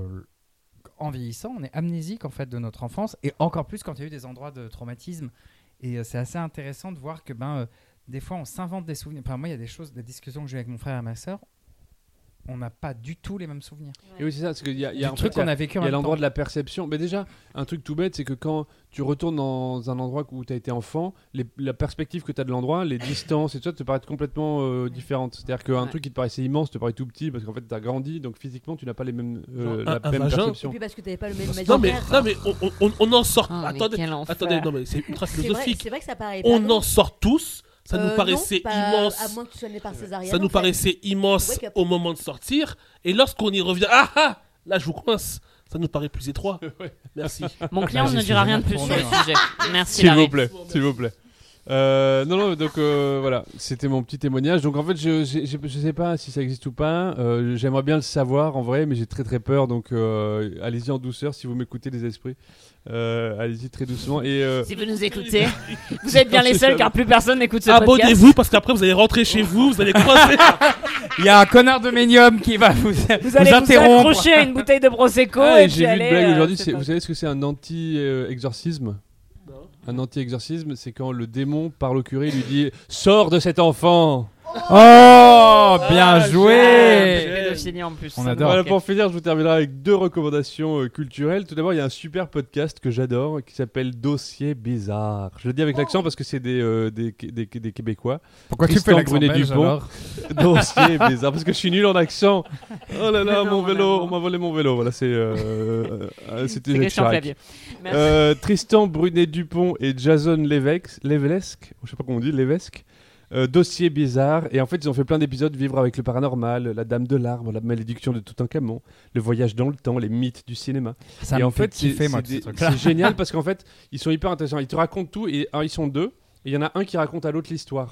en vieillissant, on est amnésique en fait de notre enfance, et encore plus quand il y a eu des endroits de traumatisme. Et c'est assez intéressant de voir que des fois on s'invente des souvenirs. Enfin, moi, il y a des discussions que j'ai eu avec mon frère et ma sœur. On n'a pas du tout les mêmes souvenirs. Et oui, c'est ça, parce qu'il y a Du en truc fait, qu'on a vécu en il y a même l'endroit temps. de la perception. Mais déjà, un truc tout bête, c'est que quand tu retournes dans un endroit où tu as été enfant, la perspective que tu as de l'endroit, les distances et tout ça, te paraissent complètement différentes. C'est-à-dire qu'un truc qui te paraissait immense te paraît tout petit parce qu'en fait tu as grandi, donc physiquement tu n'as pas les mêmes, Genre, un même vagin. Et perception. puis parce que t'avais pas le même Non mais, imaginaire. on en sort. Oh, mais attendez, quel enfer. attendez, non mais c'est ultra C'est vrai, philosophique. c'est vrai que ça paraît On pas long. en sort tous. Ça nous Non, paraissait pas- immense. À moins que tu sois né par césarienne. Ça nous en fait. paraissait immense Wake up. au moment de sortir. Et lorsqu'on y revient, là je vous coince. Ça nous paraît plus étroit. Merci. Mon client J'y ne suis dira jamais rien de plus sur le retourné, sujet. Merci, S'il Larry. vous plaît, s'il vous plaît. Non, donc voilà, c'était mon petit témoignage. Donc en fait, je sais pas si ça existe ou pas. J'aimerais bien le savoir en vrai, mais j'ai très très peur. Donc allez-y en douceur si vous m'écoutez les esprits. Allez-y très doucement. Et Si vous nous écoutez, vous êtes bien les seuls car plus personne n'écoute ce podcast. Abonnez-vous parce qu'après vous allez rentrer chez vous, vous allez croiser. Il y a un connard de médium qui va vous Vous allez vous interrompre. accrocher à une bouteille de Prosecco Ah, et et puis j'ai vu une aller, blague aujourd'hui. c'est pas- Vous savez ce que c'est un anti-exorcisme? Un anti-exorcisme, c'est quand le démon parle au curé et lui dit « Sors de cet enfant !» Oh, bien Ah, joué. pédophilie en plus. On ça me adore. Voilà, manquait. pour finir, je vous terminerai avec 2 recommandations culturelles. Tout d'abord, il y a un super podcast que j'adore qui s'appelle Dossier Bizarre. Je le dis avec l'accent parce que c'est des Québécois. Pourquoi tu Tristan fais l'accent Brunet belge Dupont. alors Dossier Bizarre parce que je suis nul en accent. Oh là là, Non, mon vélo, vraiment. on m'a volé mon vélo. Voilà, c'était C'est Jacques Christian Chirac. Clavier. Merci. Tristan Brunet Dupont et Jason Levesque, je sais pas comment on dit, Levesque. Dossier bizarre, et en fait ils ont fait plein d'épisodes: Vivre avec le paranormal, La Dame de l'Arbre, La Malédiction de Toutankhamon, Le Voyage dans le temps, Les mythes du cinéma. Ça Et me en fait fait kiffer moi tous ces trucs-là. c'est génial parce qu'en fait ils sont hyper intéressants, ils te racontent tout et ils sont 2 et il y en a un qui raconte à l'autre l'histoire.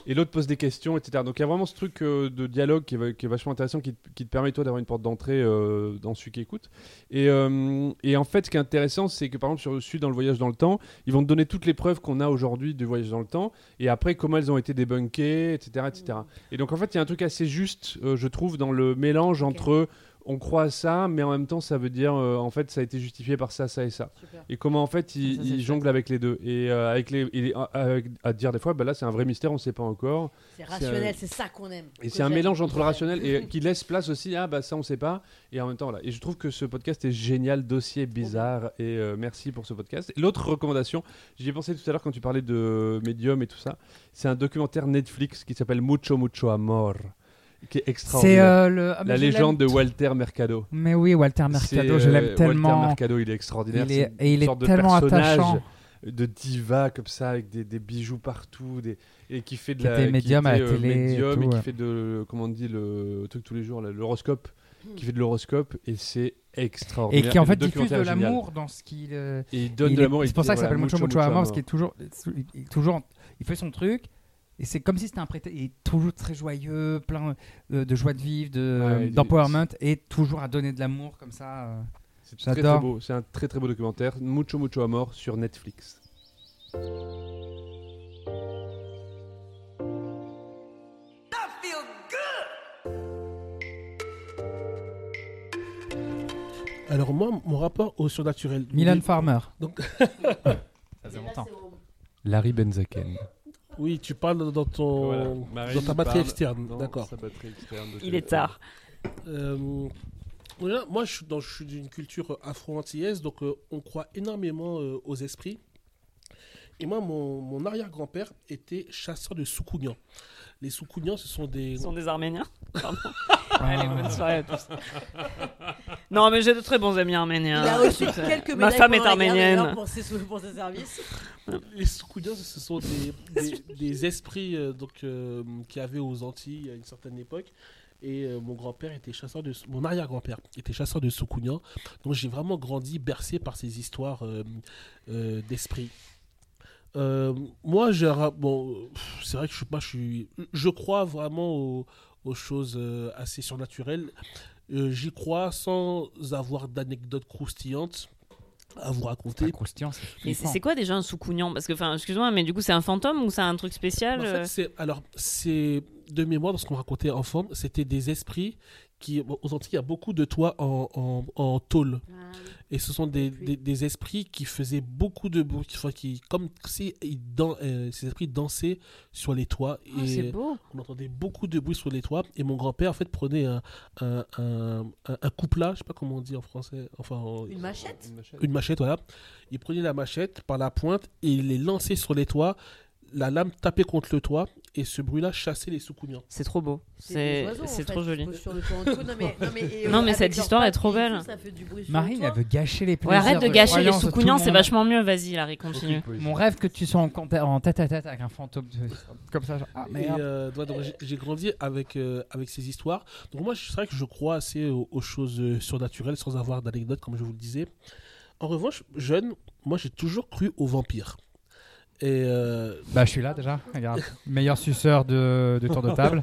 et l'autre pose des questions, etc. Donc il y a vraiment ce truc de dialogue qui est vachement intéressant, qui te permet toi d'avoir une porte d'entrée dans celui qui écoute. Et en fait, ce qui est intéressant, c'est que par exemple sur celui dans le voyage dans le temps, ils vont te donner toutes les preuves qu'on a aujourd'hui du voyage dans le temps, et après comment elles ont été débunkées, etc., etc. Et donc en fait, il y a un truc assez juste, je trouve, dans le mélange entre on croit à ça, mais en même temps, ça veut dire en fait, ça a été justifié par ça, ça et ça. Super. Et comment en fait, il jongle avec les deux. Et à dire des fois, bah là, c'est un vrai mystère, on ne sait pas encore. C'est rationnel, c'est ça qu'on aime. Et c'est un mélange entre le rationnel et qui laisse place aussi à bah ça, on ne sait pas. Et en même temps, voilà. Et je trouve que ce podcast est génial, dossier bizarre. Et merci pour ce podcast. Et l'autre recommandation, j'y ai pensé tout à l'heure quand tu parlais de Medium et tout ça. C'est un documentaire Netflix qui s'appelle Mucho Mucho Amor, qui est extraordinaire. C'est la légende de Walter Mercado. Mais oui, Walter Mercado, C'est, je l'aime tellement. Walter Mercado, il est extraordinaire. Il est- C'est et une il est sorte de tellement personnage attachant. de diva comme ça, avec des bijoux partout, et qui fait de Qui la était médium à la télé et médium, tout, et qui ouais. fait de comment on dit le truc tous les jours, là, l'horoscope, qui fait de l'horoscope, et c'est Et extraordinaire. qui en le fait diffuse documentaire de est génial. l'amour dans ce qu'il. Et il donne il de est- l'amour. C'est pour ça que ça s'appelle Mucho Mucho Amor. Amor, parce qu'il est toujours, il fait son truc. Et c'est comme si c'était un prétexte. Il est toujours très joyeux, plein de joie de vivre, Ouais, d'empowerment, et toujours à donner de l'amour comme ça. C'est très, très J'adore. beau. C'est un très très beau documentaire. Mucho Mucho Amor sur Netflix. Alors moi, mon rapport au surnaturel. Milan Farmer. Donc- Ça faisait longtemps. Larry Benzaken. Oui, tu parles dans ton Voilà. dans Marie ta batterie parle externe, dans d'accord. sa batterie externe de Il est téléphone. tard. Voilà, moi, je suis d'une culture afro-antillaise, donc on croit énormément aux esprits. Et moi, mon arrière-grand-père était chasseur de soukounians. Les soukounians, ce sont des... Ce sont des Arméniens. Pardon. Ah. Allez, bonne soirée à tous. Non, mais j'ai de très bons amis arméniens. Il a reçu Écoute, quelques ma médailles femme est pendant la guerre, arménienne. d'ailleurs, pour ses services. Les soukounians, ce sont des esprits qu'il y avait aux Antilles à une certaine époque. Et mon grand-père était chasseur de... Mon arrière-grand-père était chasseur de soukounians. Donc j'ai vraiment grandi bercé par ces histoires d'esprits. Moi, c'est vrai que je crois vraiment aux choses assez surnaturelles. J'y crois sans avoir d'anecdotes croustillantes à vous raconter. Croustillant, c'est Mais flippant. c'est quoi déjà un soukounian? Parce que, enfin, excuse-moi, mais du coup, c'est un fantôme ou c'est un truc spécial? En fait, c'est de mémoire, dans ce qu'on racontait enfant, c'était des esprits qui, aux Antilles, il y a beaucoup de toits en tôle. Et ce sont des esprits qui faisaient beaucoup de bruit, comme si ces esprits dansaient sur les toits. Oh, Et c'est beau. on entendait beaucoup de bruit sur les toits. Et mon grand-père, en fait, prenait un couplat, je sais pas comment on dit en français, Une machette. une machette, voilà. Il prenait la machette par la pointe et il les lançait sur les toits. La lame tapait contre le toit et ce bruit-là chassait les soukounians. C'est trop beau. des oiseaux, en C'est fait, trop qui joli. se posent sur le toit en dessous. Non, mais avec cette leurs histoire est pattes trop et belle. tout, ça fait du bruit sur Marine, le toit. elle veut gâcher les Ouais, plaisirs. arrête de de gâcher les croyance de tout soukounians, le c'est monde. vachement mieux. Vas-y, Larry, continue. Mon rêve que tu sois en tête à tête avec un fantôme comme ça. Genre, ah Et merde. donc, j'ai grandi avec ces histoires. Donc moi, c'est vrai que je crois assez aux choses surnaturelles sans avoir d'anecdotes, comme je vous le disais. En revanche, jeune, moi j'ai toujours cru aux vampires. Et Bah, je suis là déjà. Regarde, meilleur suceur de tour de table.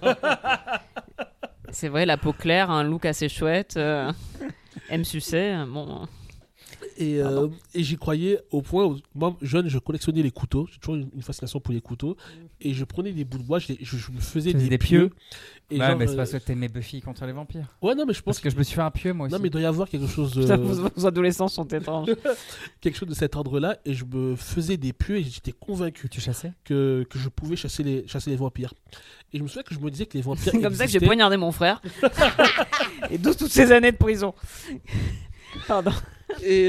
C'est vrai, la peau claire, un look assez chouette, aime sucer. Bon, Et j'y croyais au point où, moi, jeune, je collectionnais les couteaux. J'ai toujours une fascination pour les couteaux. Et je prenais des bouts de bois, je me faisais Tu faisais des des pieux. pieux. Et Ouais, genre, mais c'est parce que t'aimais Buffy contre les vampires. ouais, non, mais je pense Parce que je me suis fait un pieu moi aussi. Non, mais il doit y avoir quelque chose, putain, vos adolescents sont étranges. quelque chose de cet ordre-là. Et je me faisais des pieux et j'étais convaincu Tu chassais que je pouvais chasser les vampires. Et je me souviens que je me disais que les vampires C'est comme ça que j'ai existaient. poignardé mon frère. Et d'où toutes ces années de prison. Pardon. Et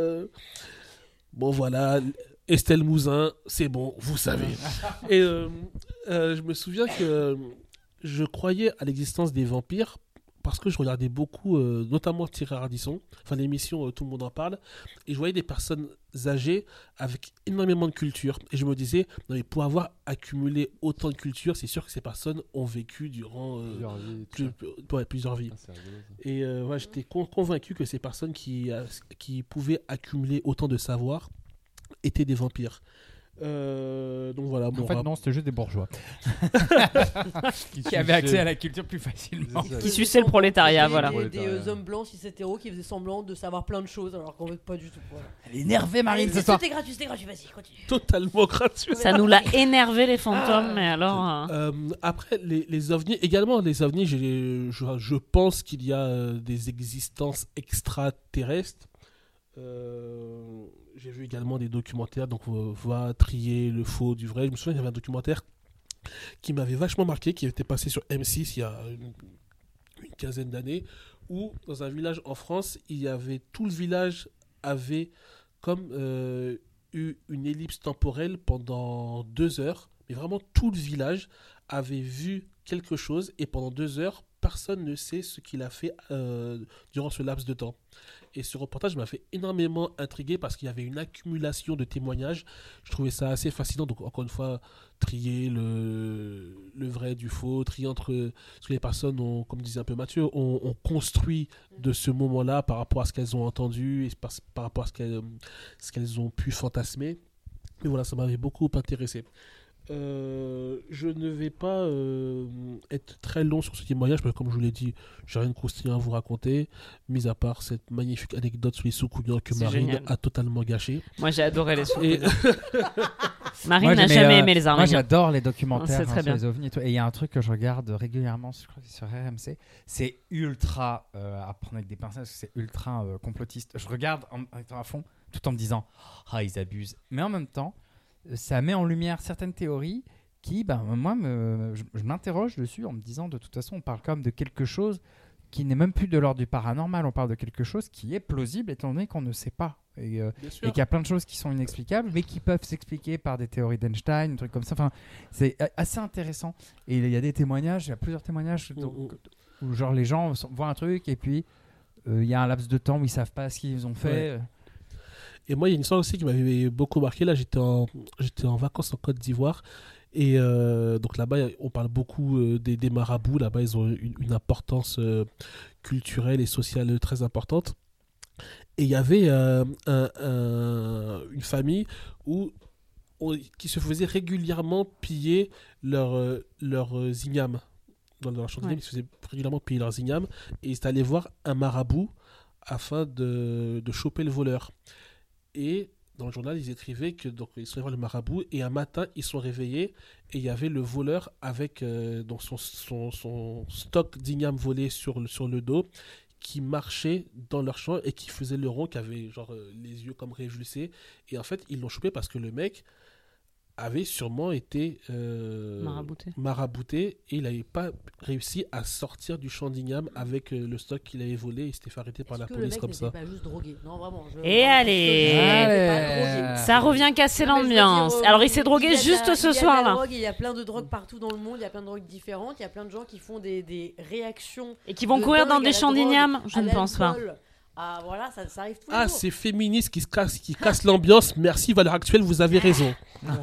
bon, voilà, Estelle Mouzin, c'est bon, vous savez. Et je me souviens que je croyais à l'existence des vampires parce que je regardais beaucoup, notamment Thierry Ardisson, enfin l'émission Tout le monde en parle, et je voyais des personnes âgées avec énormément de culture. Et je me disais, non, mais pour avoir accumulé autant de culture, c'est sûr que ces personnes ont vécu durant plusieurs vies. Et ouais, j'étais convaincu que ces personnes qui pouvaient accumuler autant de savoir étaient des vampires. Donc voilà, mon En fait, rap- non, c'était juste des bourgeois qui suçaient- avaient accès à la culture plus facilement. C'est ça. Qui suçait le prolétariat, voilà. Des hommes blancs cis hétéros qui faisaient semblant de savoir plein de choses alors qu'en fait pas du tout. Voilà. Elle est énervée, Marine, ce Allez, soir. c'était gratuit, vas-y, continue. totalement gratuit. Ça nous l'a énervé les fantômes, mais alors. Après, les ovnis, également, les ovnis, je pense qu'il y a des existences extraterrestres. J'ai vu également des documentaires, donc va trier le faux du vrai. Je me souviens, il y avait un documentaire qui m'avait vachement marqué, qui était passé sur M6 il y a une quinzaine d'années, où dans un village en France, tout le village avait comme eu une ellipse temporelle pendant 2 heures, mais vraiment tout le village avait vu quelque chose et pendant 2 heures, personne ne sait ce qu'il a fait durant ce laps de temps. Et ce reportage m'a fait énormément intriguer parce qu'il y avait une accumulation de témoignages. Je trouvais ça assez fascinant. Donc, encore une fois, trier le vrai du faux, trier entre ce que les personnes ont, comme disait un peu Mathieu, ont construit de ce moment-là par rapport à ce qu'elles ont entendu et par rapport à ce qu'elles ont pu fantasmer. Mais voilà, ça m'avait beaucoup intéressé. Je ne vais pas être très long sur ce témoignage parce que comme je vous l'ai dit, j'ai rien de croustillant à vous raconter, mis à part cette magnifique anecdote sur les sous-couillants que C'est Marine génial. a totalement gâché. Moi, j'ai adoré les Et Marine Moi, n'a j'aimais, jamais aimé les Moi, Arméniens. j'adore les C'est documentaires très sur bien. les ovnis et tout. Et il y a un truc que je regarde régulièrement, je crois que c'est sur RMC. C'est ultra à prendre avec des pincettes parce que c'est ultra complotiste. Je regarde en étant à fond, tout en me disant ah ils abusent. Mais en même temps, ça met en lumière certaines théories qui, moi, je m'interroge dessus en me disant de toute façon, on parle quand même de quelque chose qui n'est même plus de l'ordre du paranormal. On parle de quelque chose qui est plausible étant donné qu'on ne sait pas. Et bien sûr, qu'il y a plein de choses qui sont inexplicables, mais qui peuvent s'expliquer par des théories d'Einstein, un truc comme ça. Enfin, c'est assez intéressant. Et il y a des témoignages, il y a plusieurs témoignages où genre les gens voient un truc et puis il y a un laps de temps où ils savent pas ce qu'ils ont fait. Et moi, il y a une histoire aussi qui m'avait beaucoup marqué. Là, j'étais en vacances en Côte d'Ivoire. Et donc là-bas, on parle beaucoup des marabouts. Là-bas, ils ont une importance culturelle et sociale très importante. Et il y avait une famille qui se faisait régulièrement piller leurs ignames. Dans leur champ d'ignames, ils se faisaient régulièrement piller leurs ignames. Et ils étaient allés voir un marabout afin de choper le voleur. Et dans le journal, ils écrivaient que donc ils sont allés voir le marabout et un matin, ils sont réveillés et il y avait le voleur avec donc son stock d'ignames volés sur le dos qui marchait dans leur champ et qui faisait le rond, qui avait genre les yeux comme révulsés. Et en fait, ils l'ont chopé parce que le mec avait sûrement été marabouté et il n'avait pas réussi à sortir du champ d'igname avec le stock qu'il avait volé. Il s'était fait arrêter par la police comme ça. Le mec n'était pas juste drogué. Non, vraiment. Et allez, ça revient casser l'ambiance. Alors il s'est drogué juste ce soir-là. Il y a plein de drogues partout dans le monde, il y a plein de drogues différentes, il y a plein de gens qui font des réactions. Et qui vont courir dans des champs d'ignames. Je ne pense pas. Ah voilà, ça arrive tous les jours. C'est féministe qui casse l'ambiance. Merci Valeurs Actuelles, vous avez raison.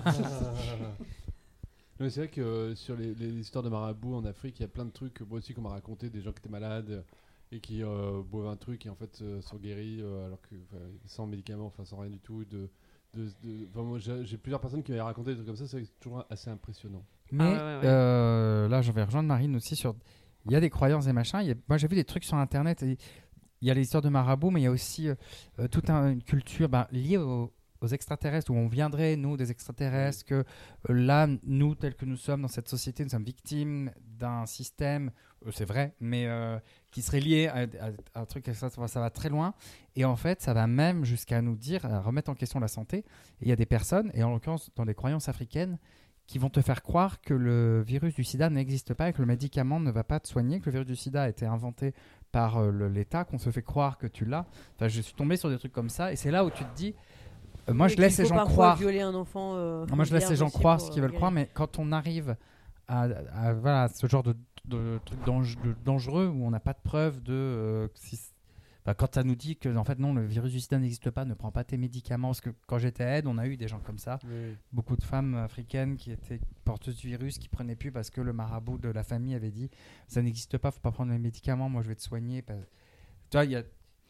Mais c'est vrai que sur les histoires de marabouts en Afrique, il y a plein de trucs, moi aussi, qu'on m'a raconté, des gens qui étaient malades et qui boivent un truc et en fait sont guéris alors que sans médicaments, enfin sans rien du tout. Moi, j'ai plusieurs personnes qui m'avaient raconté des trucs comme ça, c'est toujours assez impressionnant. Mais là, je vais rejoindre Marine aussi sur. Il y a des croyances et machins. Moi, j'ai vu des trucs sur Internet. Il y a les histoires de marabouts, mais il y a aussi toute une culture liée aux extraterrestres, où on viendrait, nous, des extraterrestres, que là, nous, tels que nous sommes dans cette société, nous sommes victimes d'un système, c'est vrai, mais qui serait lié à un truc, ça va très loin. Et en fait, ça va même jusqu'à nous dire, à remettre en question la santé. Et il y a des personnes, et en l'occurrence dans les croyances africaines, qui vont te faire croire que le virus du sida n'existe pas et que le médicament ne va pas te soigner, que le virus du sida a été inventé par l'État, qu'on se fait croire que tu l'as. Enfin, je suis tombé sur des trucs comme ça et c'est là où tu te dis moi je laisse les gens croire. Violer un enfant, moi je laisse les gens croire ce qu'ils veulent croire, mais quand on arrive à ce genre de truc dangereux où on n'a pas de preuve de quand ça nous dit que en fait non, le virus du sida n'existe pas, ne prends pas tes médicaments, parce que quand j'étais à Aide, on a eu des gens comme ça, beaucoup de femmes africaines qui étaient porteuses du virus, qui prenaient plus parce que le marabout de la famille avait dit ça n'existe pas, faut pas prendre les médicaments, moi je vais te soigner. Tu vois, il y a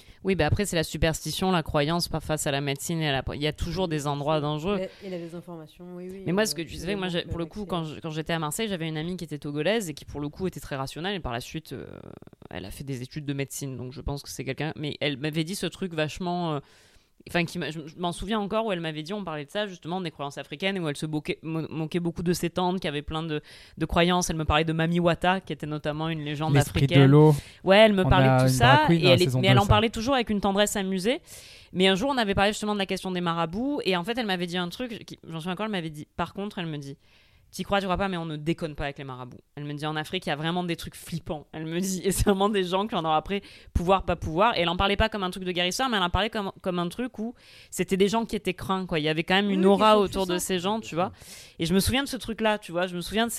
Oui, bah après, c'est la superstition, la croyance pas face à la médecine. Il y a toujours des endroits dangereux. Et la désinformation, oui. Mais moi, ce que tu sais, moi, pour le coup, quand j'étais à Marseille, j'avais une amie qui était togolaise et qui, pour le coup, était très rationnelle. Et par la suite, elle a fait des études de médecine. Donc, je pense que c'est quelqu'un. Mais elle m'avait dit ce truc vachement. Enfin, je m'en souviens encore où elle m'avait dit, on parlait de ça, justement, des croyances africaines, et où elle se moquait beaucoup de ses tantes qui avaient plein de croyances. Elle me parlait de Mami Wata, qui était notamment une légende L'esprit africaine. de l'eau. Ouais, elle me On parlait a de tout une ça, drag queen et dans la saison elle 2, en ça. parlait toujours avec une tendresse amusée. Mais un jour, on avait parlé justement de la question des marabouts, et en fait, elle m'avait dit un truc, j'en souviens encore, elle m'avait dit, par contre, elle me dit, tu crois pas, mais on ne déconne pas avec les marabouts. Elle me dit, en Afrique, il y a vraiment des trucs flippants. Elle me dit, et c'est vraiment des gens qui en ont après pouvoir, pas pouvoir. Et elle en parlait pas comme un truc de guérisseur, mais elle en parlait comme un truc où c'était des gens qui étaient craints, quoi. Il y avait quand même une aura autour de ces gens, tu vois. Et je me souviens de ce truc-là, tu vois. Je me souviens de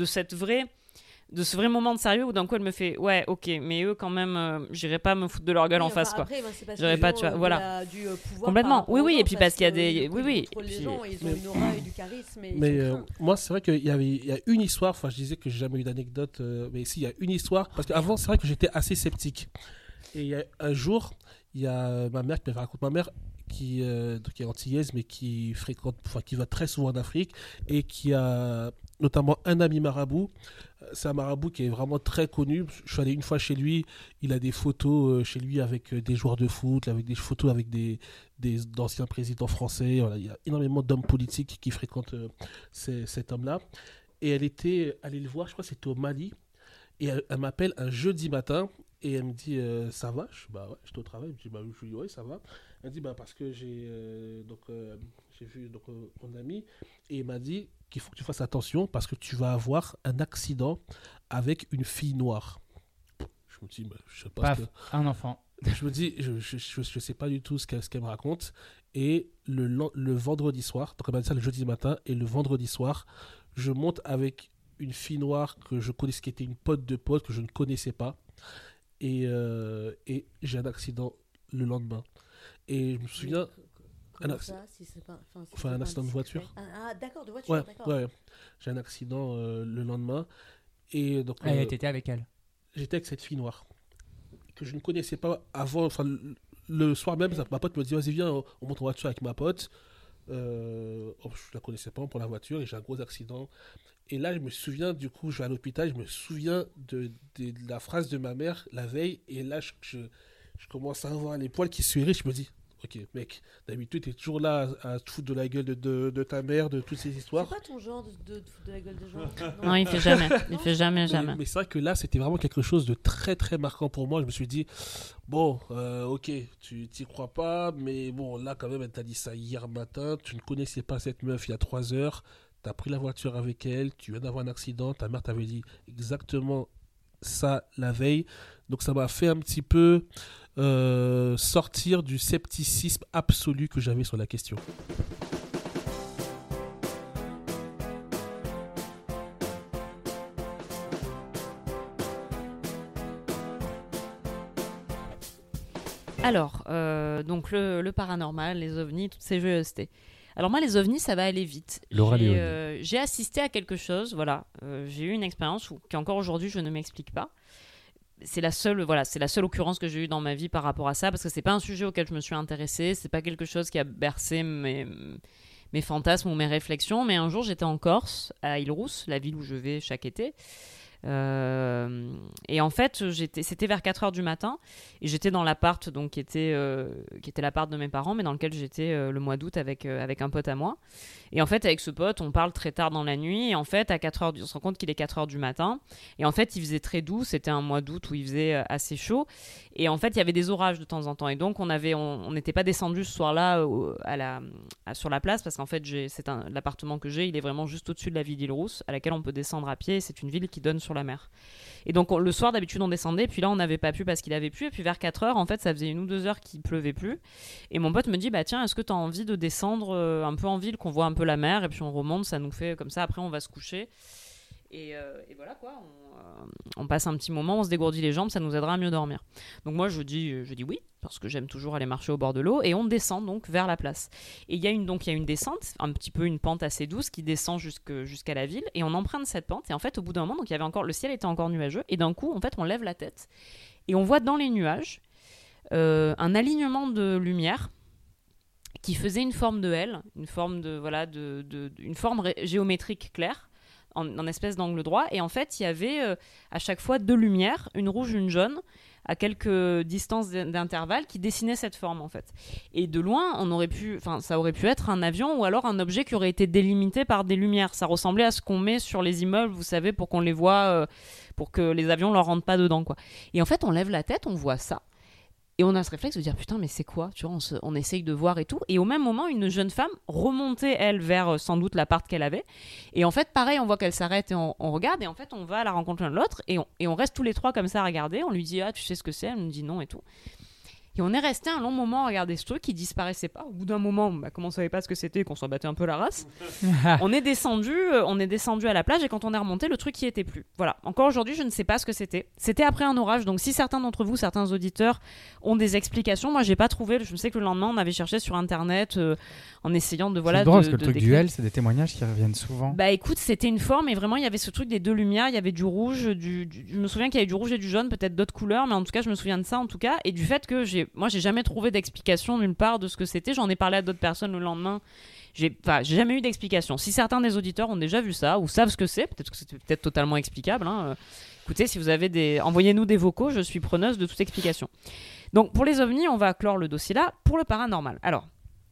ce vrai moment de sérieux où d'un coup elle me fait ouais ok mais eux quand même j'irai pas me foutre de leur gueule en face quoi. J'irai pas tu vois voilà complètement oui et puis parce qu'il y a des oui ils ont une aura et du charisme mais moi c'est vrai qu'il y a une histoire, enfin je disais que j'ai jamais eu d'anecdote mais si il y a une histoire parce qu'avant c'est vrai que j'étais assez sceptique et il y a un jour il y a ma mère qui m'avait raconté, ma mère qui est antillaise mais qui va très souvent en Afrique et qui a notamment un ami marabout. C'est un marabout qui est vraiment très connu. Je suis allé une fois chez lui, il a des photos chez lui avec des joueurs de foot, avec des photos avec d'anciens présidents français. Voilà, il y a énormément d'hommes politiques qui fréquentent cet homme-là. Et elle était allée le voir, je crois que c'était au Mali. Et elle m'appelle un jeudi matin et elle me dit ça va? Je dis bah ouais, j'étais au travail. Je dis ouais, ça va. Elle me dit bah parce que j'ai vu mon ami et il m'a dit qu'il faut que tu fasses attention parce que tu vas avoir un accident avec une fille noire. Je me dis je sais pas un enfant. Je me dis je sais pas du tout ce qu'elle me raconte et le vendredi soir, donc elle m'a dit ça le jeudi matin et le vendredi soir, je monte avec une fille noire que je connaissais, qui était une pote de pote que je ne connaissais pas et j'ai un accident le lendemain et je me souviens un accident de voiture. D'accord, de voiture, ouais, d'accord. Ouais. J'ai un accident le lendemain et donc t'étais avec elle? J'étais avec cette fille noire que je ne connaissais pas avant, enfin le soir même ma pote me dit vas-y viens on monte en voiture avec ma pote. Je la connaissais pas pour la voiture et j'ai un gros accident. Et là, je me souviens, du coup, je vais à l'hôpital, je me souviens de la phrase de ma mère la veille. Et là, je commence à avoir les poils qui se hérissent. Je me dis, ok, mec, d'habitude, t'es toujours là à te foutre de la gueule de ta mère, de toutes ces histoires. C'est pas ton genre de te foutre de la gueule des gens. Non, il fait jamais. Il fait jamais. Mais c'est vrai que là, c'était vraiment quelque chose de très, très marquant pour moi. Je me suis dit, bon, ok, tu t'y crois pas, mais bon, là, quand même, elle t'a dit ça hier matin. Tu ne connaissais pas cette meuf il y a 3 heures. T'as pris la voiture avec elle, tu viens d'avoir un accident, ta mère t'avait dit exactement ça la veille. Donc ça m'a fait un petit peu sortir du scepticisme absolu que j'avais sur la question. Alors, donc le paranormal, les ovnis, toutes ces joyeusetés. Alors moi, les ovnis, ça va aller vite. J'ai assisté à quelque chose, voilà. J'ai eu une expérience qui encore aujourd'hui, je ne m'explique pas. C'est la seule occurrence que j'ai eue dans ma vie par rapport à ça, parce que c'est pas un sujet auquel je me suis intéressée, c'est pas quelque chose qui a bercé mes fantasmes ou mes réflexions, mais un jour, j'étais en Corse, à Île-Rousse, la ville où je vais chaque été. Et en fait c'était vers 4h du matin et j'étais dans l'appart donc qui était l'appart de mes parents mais dans lequel j'étais le mois d'août avec un pote à moi et en fait avec ce pote on parle très tard dans la nuit et en fait à 4h on se rend compte qu'il est 4h du matin et en fait il faisait très doux, c'était un mois d'août où il faisait assez chaud et en fait il y avait des orages de temps en temps et donc on n'était pas descendu ce soir-là sur la place parce qu'en fait l'appartement que j'ai il est vraiment juste au-dessus de la ville d'Île-Rousse à laquelle on peut descendre à pied et c'est une ville qui donne sur la mer. Et donc le soir d'habitude on descendait puis là on n'avait pas pu parce qu'il avait plu et puis vers 4h en fait ça faisait 1 ou 2 heures qu'il pleuvait plus et mon pote me dit bah tiens est-ce que t'as envie de descendre un peu en ville qu'on voit un peu la mer et puis on remonte ça nous fait comme ça après on va se coucher et voilà quoi on passe un petit moment on se dégourdit les jambes ça nous aidera à mieux dormir donc moi je dis oui parce que j'aime toujours aller marcher au bord de l'eau et on descend donc vers la place et il y a une descente un petit peu une pente assez douce qui descend jusqu'à la ville et on emprunte cette pente et en fait au bout d'un moment donc il y avait encore le ciel était encore nuageux et d'un coup en fait on lève la tête et on voit dans les nuages un alignement de lumière qui faisait une forme de L, une forme une forme géométrique claire, en espèce d'angle droit. Et en fait, il y avait à chaque fois 2 lumières, une rouge, une jaune, à quelques distances d'intervalle, qui dessinaient cette forme, en fait. Et de loin, ça aurait pu être un avion ou alors un objet qui aurait été délimité par des lumières. Ça ressemblait à ce qu'on met sur les immeubles, vous savez, pour qu'on les voit, pour que les avions ne leur rentrent pas dedans, quoi. Et en fait, on lève la tête, on voit ça. Et on a ce réflexe de dire putain mais c'est quoi, tu vois, on essaye de voir et tout. Et au même moment, une jeune femme remontait elle vers sans doute l'appart qu'elle avait. Et en fait pareil, on voit qu'elle s'arrête et on regarde. Et en fait on va à la rencontre l'un de l'autre et on reste tous les 3 comme ça à regarder. On lui dit tu sais ce que c'est, elle nous dit non et tout. Et on est resté un long moment à regarder ce truc qui disparaissait pas. Au bout d'un moment, comme on savait pas ce que c'était, qu'on s'en battait un peu la race, on est descendu à la plage et quand on est remonté, le truc y était plus. Voilà. Encore aujourd'hui, je ne sais pas ce que c'était. C'était après un orage, donc si certains d'entre vous, certains auditeurs, ont des explications, moi j'ai pas trouvé. Je sais que le lendemain, on avait cherché sur internet en essayant de c'est drôle parce que le truc du L, c'est des témoignages qui reviennent souvent. Bah écoute, c'était une forme et vraiment il y avait ce truc des 2 lumières, il y avait du rouge, je me souviens qu'il y avait du rouge et du jaune, peut-être d'autres couleurs, mais en tout cas je me souviens de ça en tout cas, et du fait que j'ai jamais trouvé d'explication nulle part de ce que c'était. J'en ai parlé à d'autres personnes le lendemain. J'ai jamais eu d'explication. Si certains des auditeurs ont déjà vu ça ou savent ce que c'est, peut-être que c'est peut-être totalement explicable. Écoutez, si vous avez envoyez-nous des vocaux, je suis preneuse de toute explication. Donc pour les ovnis, on va clore le dossier là. Pour le paranormal, alors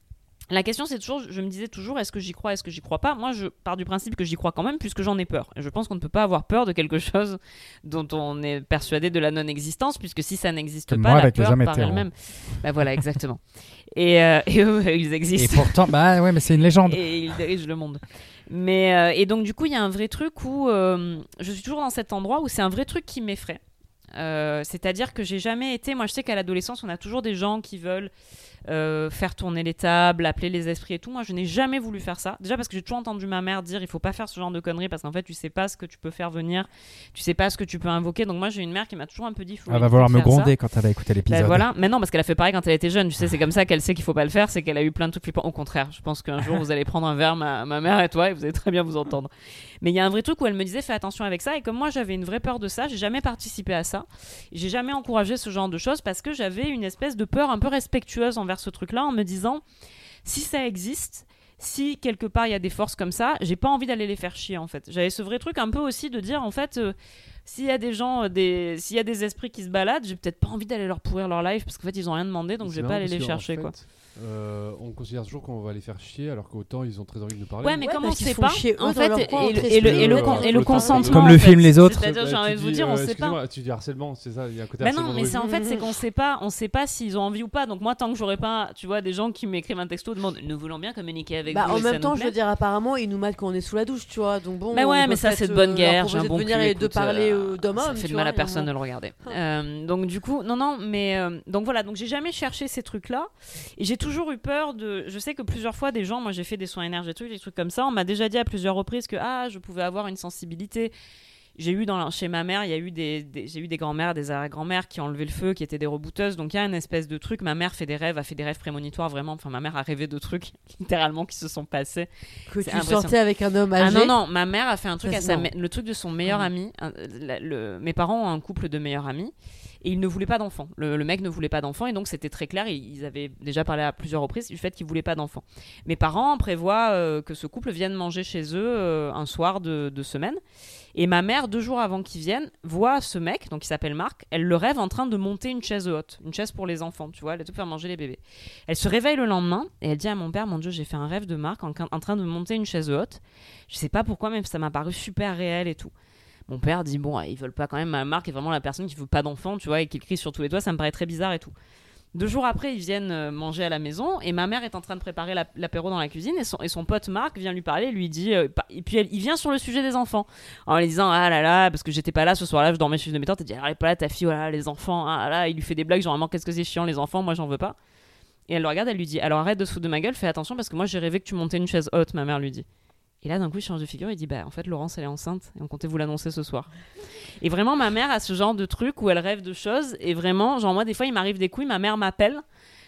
la question c'est toujours, je me disais toujours, est-ce que j'y crois, est-ce que j'y crois pas ? Moi je pars du principe que j'y crois quand même puisque j'en ai peur. Et je pense qu'on ne peut pas avoir peur de quelque chose dont on est persuadé de la non-existence, puisque si ça n'existe pas, la peur par elle-même. Bah voilà, exactement. Et eux, ils existent. Et pourtant, bah ouais, mais c'est une légende. Et ils dirigent le monde. Mais et donc du coup, il y a un vrai truc où je suis toujours dans cet endroit où c'est un vrai truc qui m'effraie. C'est-à-dire que j'ai jamais été. Moi, je sais qu'à l'adolescence, on a toujours des gens qui veulent faire tourner les tables, appeler les esprits et tout. Moi, je n'ai jamais voulu faire ça. Déjà parce que j'ai toujours entendu ma mère dire il faut pas faire ce genre de conneries parce qu'en fait, tu sais pas ce que tu peux faire venir, tu sais pas ce que tu peux invoquer. Donc moi, j'ai une mère qui m'a toujours un peu dit elle va vouloir me gronder quand elle va écouter l'épisode. Voilà, mais non, parce qu'elle a fait pareil quand elle était jeune. Tu sais, c'est comme ça qu'elle sait qu'il faut pas le faire, c'est qu'elle a eu plein de trucs flippants. Au contraire, je pense qu'un jour vous allez prendre un verre, ma mère et toi, et vous allez très bien vous entendre. Mais il y a un vrai truc où elle me disait fais attention avec ça, et comme moi j'avais une vraie peur de ça, j'ai jamais participé à ça. J'ai jamais encouragé ce genre de choses parce que j'avais une espèce de peur un peu respectueuse envers ce truc-là, en me disant si ça existe, si quelque part il y a des forces comme ça, j'ai pas envie d'aller les faire chier en fait. J'avais ce vrai truc un peu aussi de dire en fait s'il y a des gens, s'il y a des esprits qui se baladent, j'ai peut-être pas envie d'aller leur pourrir leur life parce qu'en fait ils ont rien demandé, donc je vais pas aller les chercher quoi. On considère toujours qu'on va les faire chier alors qu'autant ils ont très envie de nous parler. Ouais, mais comme on sait pas, en fait, et le consentement. Comme le film Les Autres. C'est-à-dire, j'ai envie de vous dire, on sait pas. Tu dis harcèlement, c'est ça, il y a un côté bah harcèlement. Non, mais c'est en fait, c'est qu'on sait pas s'ils ont envie ou pas. Donc moi, tant que j'aurais pas, tu vois, des gens qui m'écrivent un texto, demandent, nous voulons bien communiquer avec vous. En même temps, je veux dire, apparemment, ils nous mettent quand on est sous la douche, tu vois. Donc bon. Mais ouais, mais ça, c'est de bonne guerre. J'ai un bon cul. De parler d'homme-homme. Ça fait de mal à personne de le regarder. Donc du coup, non, mais donc voilà, donc j'ai jamais cherché ces trucs-là, et j'ai toujours eu peur de. Je sais que plusieurs fois, des gens, moi j'ai fait des soins énergétiques, des trucs comme ça, on m'a déjà dit à plusieurs reprises que je pouvais avoir une sensibilité. J'ai eu chez ma mère, j'ai eu des grands-mères, des arrière-grands-mères qui ont enlevé le feu, qui étaient des rebouteuses. Donc il y a une espèce de truc. Ma mère a fait des rêves prémonitoires vraiment. Enfin, ma mère a rêvé de trucs littéralement qui se sont passés. Que tu sortais avec un homme âgé. Non, ma mère a fait un truc le truc de son meilleur ami. Mes parents ont un couple de meilleurs amis. Et ils ne voulaient pas d'enfants. Le mec ne voulait pas d'enfants, et donc c'était très clair. Ils avaient déjà parlé à plusieurs reprises du fait qu'ils ne voulaient pas d'enfants. Mes parents prévoient que ce couple vienne manger chez eux un soir de semaine. Et ma mère, 2 jours avant qu'ils viennent, voit ce mec, donc il s'appelle Marc. Elle le rêve en train de monter une chaise haute, une chaise pour les enfants, tu vois. Elle a tout faire manger les bébés. Elle se réveille le lendemain et elle dit à mon père, mon Dieu, j'ai fait un rêve de Marc en train de monter une chaise haute. Je sais pas pourquoi, mais ça m'a paru super réel et tout. Mon père dit bon, ils veulent pas quand même. Marc est vraiment la personne qui veut pas d'enfant, tu vois, et qui crie sur tous les toits. Ça me paraît très bizarre et tout. 2 jours après, ils viennent manger à la maison et ma mère est en train de préparer l'apéro dans la cuisine et son pote Marc vient lui parler, lui dit et puis il vient sur le sujet des enfants en lui disant ah là là parce que j'étais pas là ce soir-là, je dormais chez de mes tantes, elle dit elle est pas là ta fille, voilà les enfants, ah là, il lui fait des blagues genre vraiment qu'est-ce que c'est chiant les enfants, moi j'en veux pas. Et elle le regarde, elle lui dit alors arrête de se foutre de ma gueule, fais attention parce que moi j'ai rêvé que tu montais une chaise haute, ma mère lui dit. Et là, d'un coup, il change de figure, il dit bah en fait, Laurence, elle est enceinte et on comptait vous l'annoncer ce soir. Et vraiment, ma mère a ce genre de truc où elle rêve de choses et vraiment, genre moi, des fois, il m'arrive des couilles, ma mère m'appelle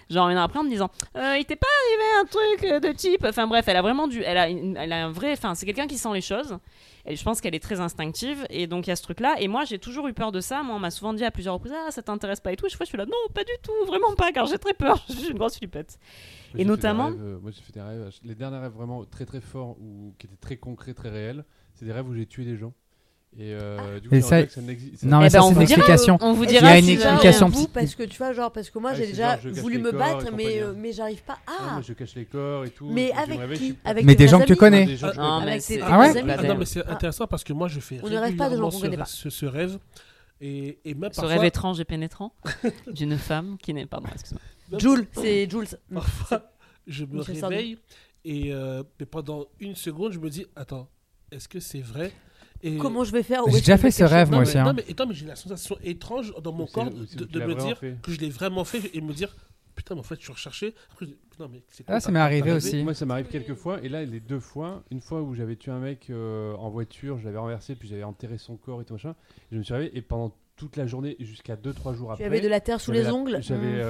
genre une heure après en me disant il t'est pas arrivé un truc de type, enfin bref, elle a vraiment elle a un vrai, enfin c'est quelqu'un qui sent les choses. Et je pense qu'elle est très instinctive et donc il y a ce truc là et moi j'ai toujours eu peur de ça. Moi on m'a souvent dit à plusieurs reprises ça t'intéresse pas et tout, et je suis là non pas du tout, vraiment pas, car j'ai très peur, je suis une grosse flippette. Moi, et notamment moi j'ai fait des rêves, les derniers rêves vraiment très très forts ou qui étaient très concrets, très réels, c'est des rêves où j'ai tué des gens. Et du coup, Et j'aimerais ça- que ça n'existe. Non, mais ça, c'est une explication. on vous Il y dira a une si explication vous, psy- parce que tu vois, genre, parce que moi j'ai c'est déjà genre, je cache voulu les me corps battre, et compagnie. mais j'arrive pas. Ah, moi, je cache les corps et tout. Mais je me avec réveille, qui je suis- Avec Mais tes des gens vrais que tu amis connais. Des gens que je Non, connais. mais Avec c'est tes Ah ouais vrais amis. Non, mais c'est intéressant parce que moi, je fais On ne rêve pas de gens régulièrement qu'on connaît pas. ce rêve. Et même ce parfois, rêve étrange et pénétrant d'une femme qui n'est pardon excuse-moi. Jules, c'est Jules. parfois, je me Michel réveille et mais pendant une seconde, je me dis attends, est-ce que c'est vrai? Et Comment je vais faire? J'ai déjà fait ce rêve, non, moi mais, aussi. hein. non, mais j'ai la sensation étrange dans mon C'est- corps c'est de que tu l'as me vraiment dire fait. que je l'ai vraiment fait et me dire putain, mais en fait, je suis recherché. Après, je dis, putain, mais c'est quoi, Ah, ça m'est arrivé aussi. Moi, ça m'arrive quelques fois. Et là, les 2 fois, une fois où j'avais tué un mec en voiture, je l'avais renversé, puis j'avais enterré son corps et tout machin. Et je me suis réveillé et pendant toute la journée, jusqu'à 2-3 jours Tu après. avais de la terre sous les j'avais ongles. J'avais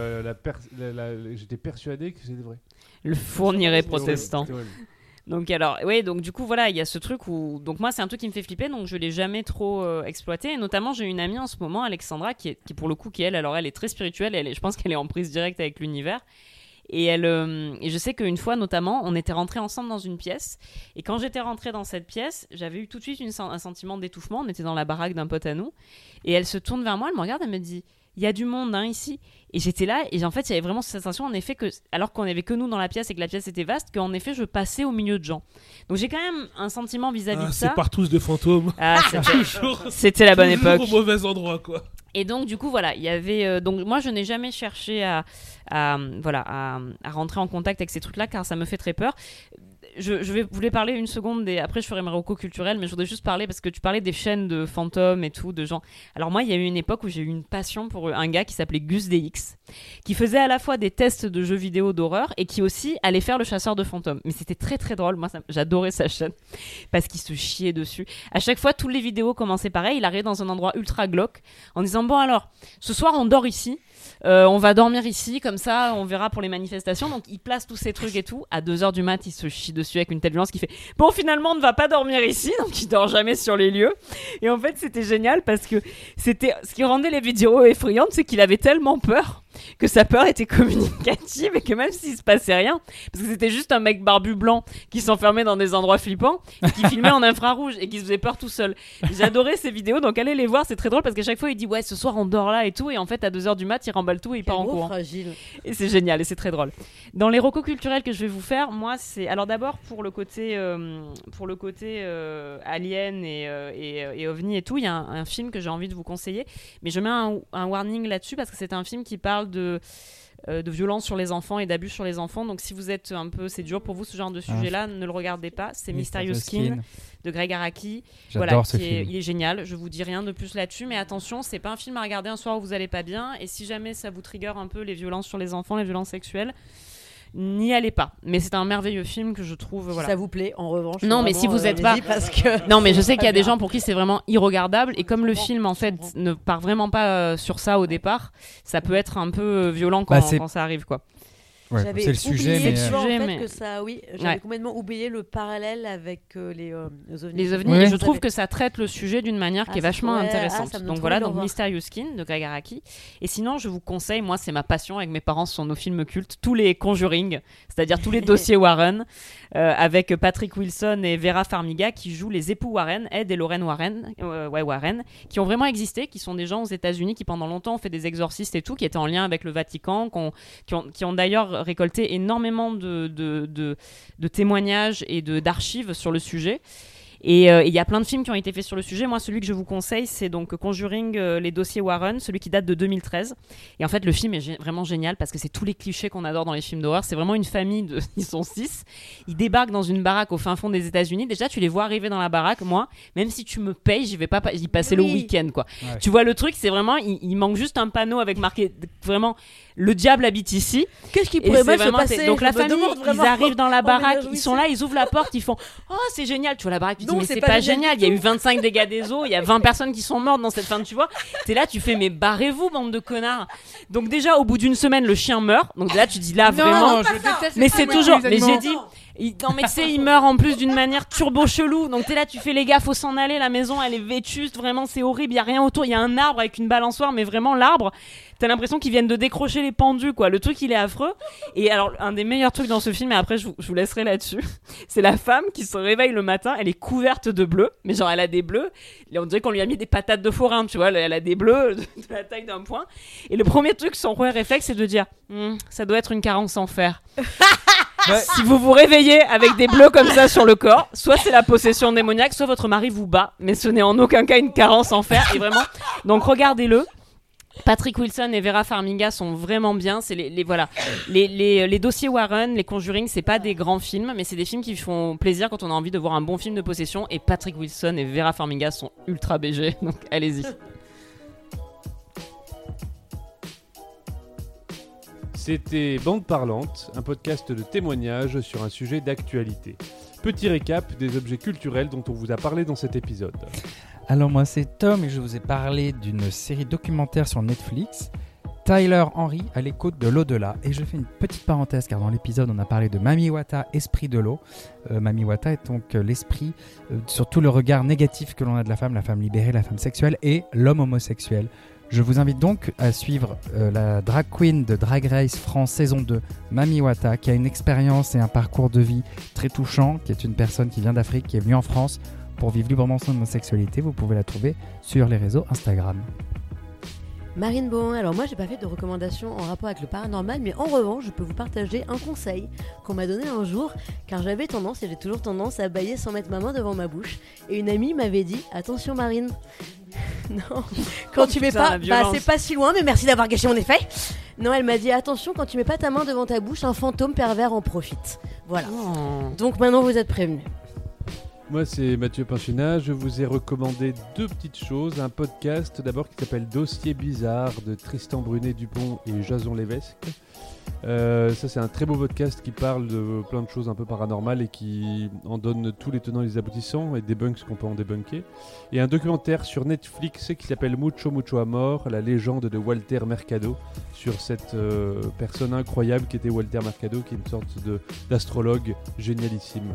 j'étais persuadé que c'était vrai. Le fournirait C'était horrible, protestant. c'était horrible. Donc alors, oui, donc du coup voilà, il y a ce truc où, donc moi c'est un truc qui me fait flipper, donc je l'ai jamais trop exploité. Et notamment j'ai une amie en ce moment, Alexandra, qui pour le coup elle est très spirituelle, je pense qu'elle est en prise directe avec l'univers. Et et je sais qu'une fois notamment, on était rentrés ensemble dans une pièce. Et quand j'étais rentrée dans cette pièce, j'avais eu tout de suite un sentiment d'étouffement. On était dans la baraque d'un pote à nous. Et elle se tourne vers moi, elle me regarde, elle me dit il y a du monde ici. Et j'étais là, et en fait, il y avait vraiment cette sensation, en effet, que alors qu'on n'avait que nous dans la pièce et que la pièce était vaste, qu'en effet, je passais au milieu de gens. Donc j'ai quand même un sentiment vis-à-vis de ça. C'est partous de fantômes. Ah, Toujours- c'était la bonne toujours époque. au mauvais endroit, quoi. Et donc du coup voilà, il y avait donc moi je n'ai jamais cherché à rentrer en contact avec ces trucs-là car ça me fait très peur. Je voulais parler une seconde après je ferai mes recos culturels, mais je voudrais juste parler parce que tu parlais des chaînes de fantômes et tout, de gens. Alors moi il y a eu une époque où j'ai eu une passion pour un gars qui s'appelait Gus DX, qui faisait à la fois des tests de jeux vidéo d'horreur et qui aussi allait faire le chasseur de fantômes. Mais c'était très très drôle, moi j'adorais sa chaîne parce qu'il se chiait dessus. À chaque fois toutes les vidéos commençaient pareil, il arrivait dans un endroit ultra glauque en disant bon alors ce soir on dort ici, on va dormir ici comme ça on verra pour les manifestations. Donc il place tous ces trucs et tout, à 2h du mat il se chie dessus avec une telle violence qui fait bon finalement on ne va pas dormir ici, donc il dort jamais sur les lieux. Et en fait c'était génial parce que c'était ce qui rendait les vidéos effrayantes, c'est qu'il avait tellement peur que sa peur était communicative et que même s'il se passait rien, parce que c'était juste un mec barbu blanc qui s'enfermait dans des endroits flippants, qui filmait en infrarouge et qui se faisait peur tout seul. J'adorais ces vidéos, donc allez les voir, c'est très drôle parce qu'à chaque fois il dit ouais ce soir on dort là et tout, et en fait à 2h du mat il remballe tout et il part en courant. Fragile. Et c'est génial et c'est très drôle. Dans les recos culturels que je vais vous faire, moi c'est alors d'abord pour le côté alien et ovni et tout, il y a un film que j'ai envie de vous conseiller, mais je mets un warning là-dessus parce que c'est un film qui parle de violence sur les enfants et d'abus sur les enfants. Donc si vous êtes un peu, c'est dur pour vous ce genre de sujet-là, ne le regardez pas. C'est Mysterious Skin de Greg Araki. J'adore ce film. Il est génial. Je vous dis rien de plus là-dessus, mais attention, c'est pas un film à regarder un soir où vous allez pas bien. Et si jamais ça vous trigger un peu les violences sur les enfants, les violences sexuelles, n'y allez pas. Mais c'est un merveilleux film que je trouve. Si Voilà. ça vous plaît, en revanche. Non, mais si vous êtes pas. Parce que... Non, mais je sais qu'il y a des gens pour qui c'est vraiment irregardable. Et comme le film, en fait, ne part vraiment pas sur ça au départ, ça peut être un peu violent quand ça arrive, quoi. Ouais, J'avais c'est le sujet, oublié, mais tu vois, en sujet, fait, mais- que ça, oui, j'avais Ouais. complètement oublié le parallèle avec les ovnis. Les ovnis, Ouais. et je trouve que ça traite le sujet d'une manière qui est vachement intéressante. ça me donne Donc trop voilà, envie de donc le Mysterious Skin de Greg Araki. Et sinon, je vous conseille, moi c'est ma passion avec mes parents, ce sont nos films cultes, tous les Conjuring, c'est-à-dire tous les dossiers Warren, avec Patrick Wilson et Vera Farmiga qui jouent les époux Warren, Ed et Lorraine Warren, Warren, qui ont vraiment existé, qui sont des gens aux États-Unis qui pendant longtemps ont fait des exorcistes et tout, qui étaient en lien avec le Vatican, qui ont d'ailleurs récolté énormément de témoignages et d'archives sur le sujet. Et il y a plein de films qui ont été faits sur le sujet. Moi, celui que je vous conseille, c'est donc Conjuring, les dossiers Warren, celui qui date de 2013. Et en fait, le film est vraiment génial parce que c'est tous les clichés qu'on adore dans les films d'horreur. C'est vraiment une famille ils sont 6. Ils débarquent dans une baraque au fin fond des États-Unis. Déjà, tu les vois arriver dans la baraque. Moi, même si tu me payes, j'y vais pas y passer le week-end, quoi. Ouais. Tu vois le truc, c'est vraiment, il manque juste un panneau avec marqué vraiment le diable habite ici. Qu'est-ce qui Et pourrait c'est mal se vraiment, passer? donc Je la me famille, demande ils vraiment. arrivent dans la Oh, mais baraque, je ils sont là, ils ouvrent la porte, ils font oh c'est génial, tu vois la baraque, tu dis dis, mais c'est pas génial, il y a eu 25 dégâts des eaux, il y a 20 personnes qui sont mortes dans cette fin, tu vois. T'es là, tu fais, mais barrez-vous, bande de connards. Donc déjà, au bout d'une semaine, le chien meurt. Donc là, tu dis là, vraiment. je déteste Mais les c'est animaux. toujours, Les mais animaux. j'ai dit. Non mais tu sais, il meurt en plus d'une manière turbo chelou. Donc t'es là, tu fais les gars, faut s'en aller. La maison, elle est vétuste, vraiment, c'est horrible. Il y a rien autour. Il y a un arbre avec une balançoire, mais vraiment l'arbre, t'as l'impression qu'ils viennent de décrocher les pendus, quoi. Le truc, il est affreux. Et alors, un des meilleurs trucs dans ce film, et après je vous laisserai là-dessus, c'est la femme qui se réveille le matin. Elle est couverte de bleus, mais genre elle a des bleus. Et on dirait qu'on lui a mis des patates de forain, tu vois. Elle a des bleus de la taille d'un poing. Et le premier truc, son premier réflexe, c'est de dire, ça doit être une carence en fer. Si vous vous réveillez avec des bleus comme ça sur le corps, soit c'est la possession démoniaque, soit votre mari vous bat, mais ce n'est en aucun cas une carence en fer. Et vraiment, donc regardez-le. Patrick Wilson et Vera Farmiga sont vraiment bien. C'est les dossiers Warren, les Conjuring, c'est pas des grands films, mais c'est des films qui font plaisir quand on a envie de voir un bon film de possession. Et Patrick Wilson et Vera Farmiga sont ultra BG, donc allez-y. C'était Bande Parlante, un podcast de témoignages sur un sujet d'actualité. Petit récap des objets culturels dont on vous a parlé dans cet épisode. Alors moi c'est Tom et je vous ai parlé d'une série documentaire sur Netflix, Tyler Henry à l'écoute de l'au-delà. Et je fais une petite parenthèse car dans l'épisode on a parlé de Mami Wata, esprit de l'eau. Mami Wata est donc l'esprit sur tout le regard négatif que l'on a de la femme libérée, la femme sexuelle et l'homme homosexuel. Je vous invite donc à suivre la drag queen de Drag Race France saison 2, Mami Wata, qui a une expérience et un parcours de vie très touchant, qui est une personne qui vient d'Afrique, qui est venue en France pour vivre librement son homosexualité. Vous pouvez la trouver sur les réseaux Instagram. Marine Bohan, alors moi j'ai pas fait de recommandations en rapport avec le paranormal, mais en revanche je peux vous partager un conseil qu'on m'a donné un jour, car j'avais tendance, et j'ai toujours tendance à bâiller sans mettre ma main devant ma bouche, et une amie m'avait dit « Attention Marine, non, quand tu mets pas, c'est pas si loin, mais merci d'avoir gâché mon effet !» Non, elle m'a dit « Attention, quand tu mets pas ta main devant ta bouche, un fantôme pervers en profite. » Voilà. Donc maintenant vous êtes prévenus. Moi, c'est Mathieu Pinchina. Je vous ai recommandé deux petites choses. Un podcast d'abord qui s'appelle Dossier bizarre de Tristan Brunet-Dupont et Jason Lévesque. Ça, c'est un très beau podcast qui parle de plein de choses un peu paranormales et qui en donne tous les tenants et les aboutissants et débunk ce qu'on peut en débunker. Et un documentaire sur Netflix qui s'appelle Mucho Mucho Amor, la légende de Walter Mercado, sur cette personne incroyable qui était Walter Mercado, qui est une sorte d'astrologue génialissime.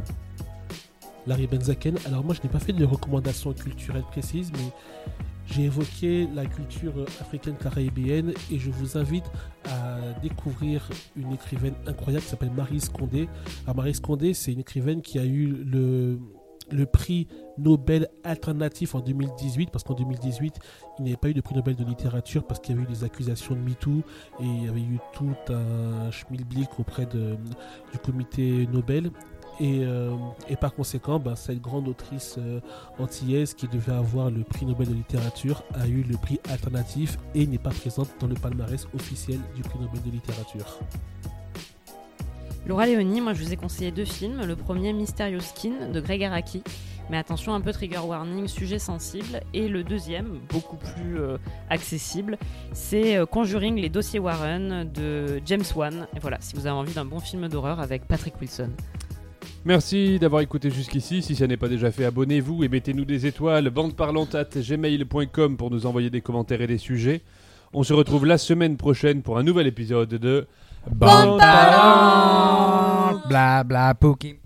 Larry Benzaken. Alors moi je n'ai pas fait de recommandations culturelles précises, mais j'ai évoqué la culture africaine caribéenne et je vous invite à découvrir une écrivaine incroyable qui s'appelle Maryse Condé. Alors Maryse Condé, c'est une écrivaine qui a eu le prix Nobel alternatif en 2018, parce qu'en 2018 il n'y avait pas eu de prix Nobel de littérature parce qu'il y avait eu des accusations de MeToo et il y avait eu tout un schmilblick auprès du comité Nobel. Et par conséquent, cette grande autrice antillaise qui devait avoir le prix Nobel de littérature a eu le prix alternatif et n'est pas présente dans le palmarès officiel du prix Nobel de littérature. Laura Léonie, moi je vous ai conseillé deux films. Le premier, Mysterious Skin de Greg Araki, mais attention, un peu trigger warning, sujet sensible. Et le deuxième, beaucoup plus accessible, c'est Conjuring, les dossiers Warren de James Wan. Et voilà, si vous avez envie d'un bon film d'horreur avec Patrick Wilson. Merci d'avoir écouté jusqu'ici. Si ça n'est pas déjà fait, abonnez-vous et mettez-nous des étoiles. bandeparlante@gmail.com pour nous envoyer des commentaires et des sujets. On se retrouve la semaine prochaine pour un nouvel épisode de Bande Parlante, bla bla pouki.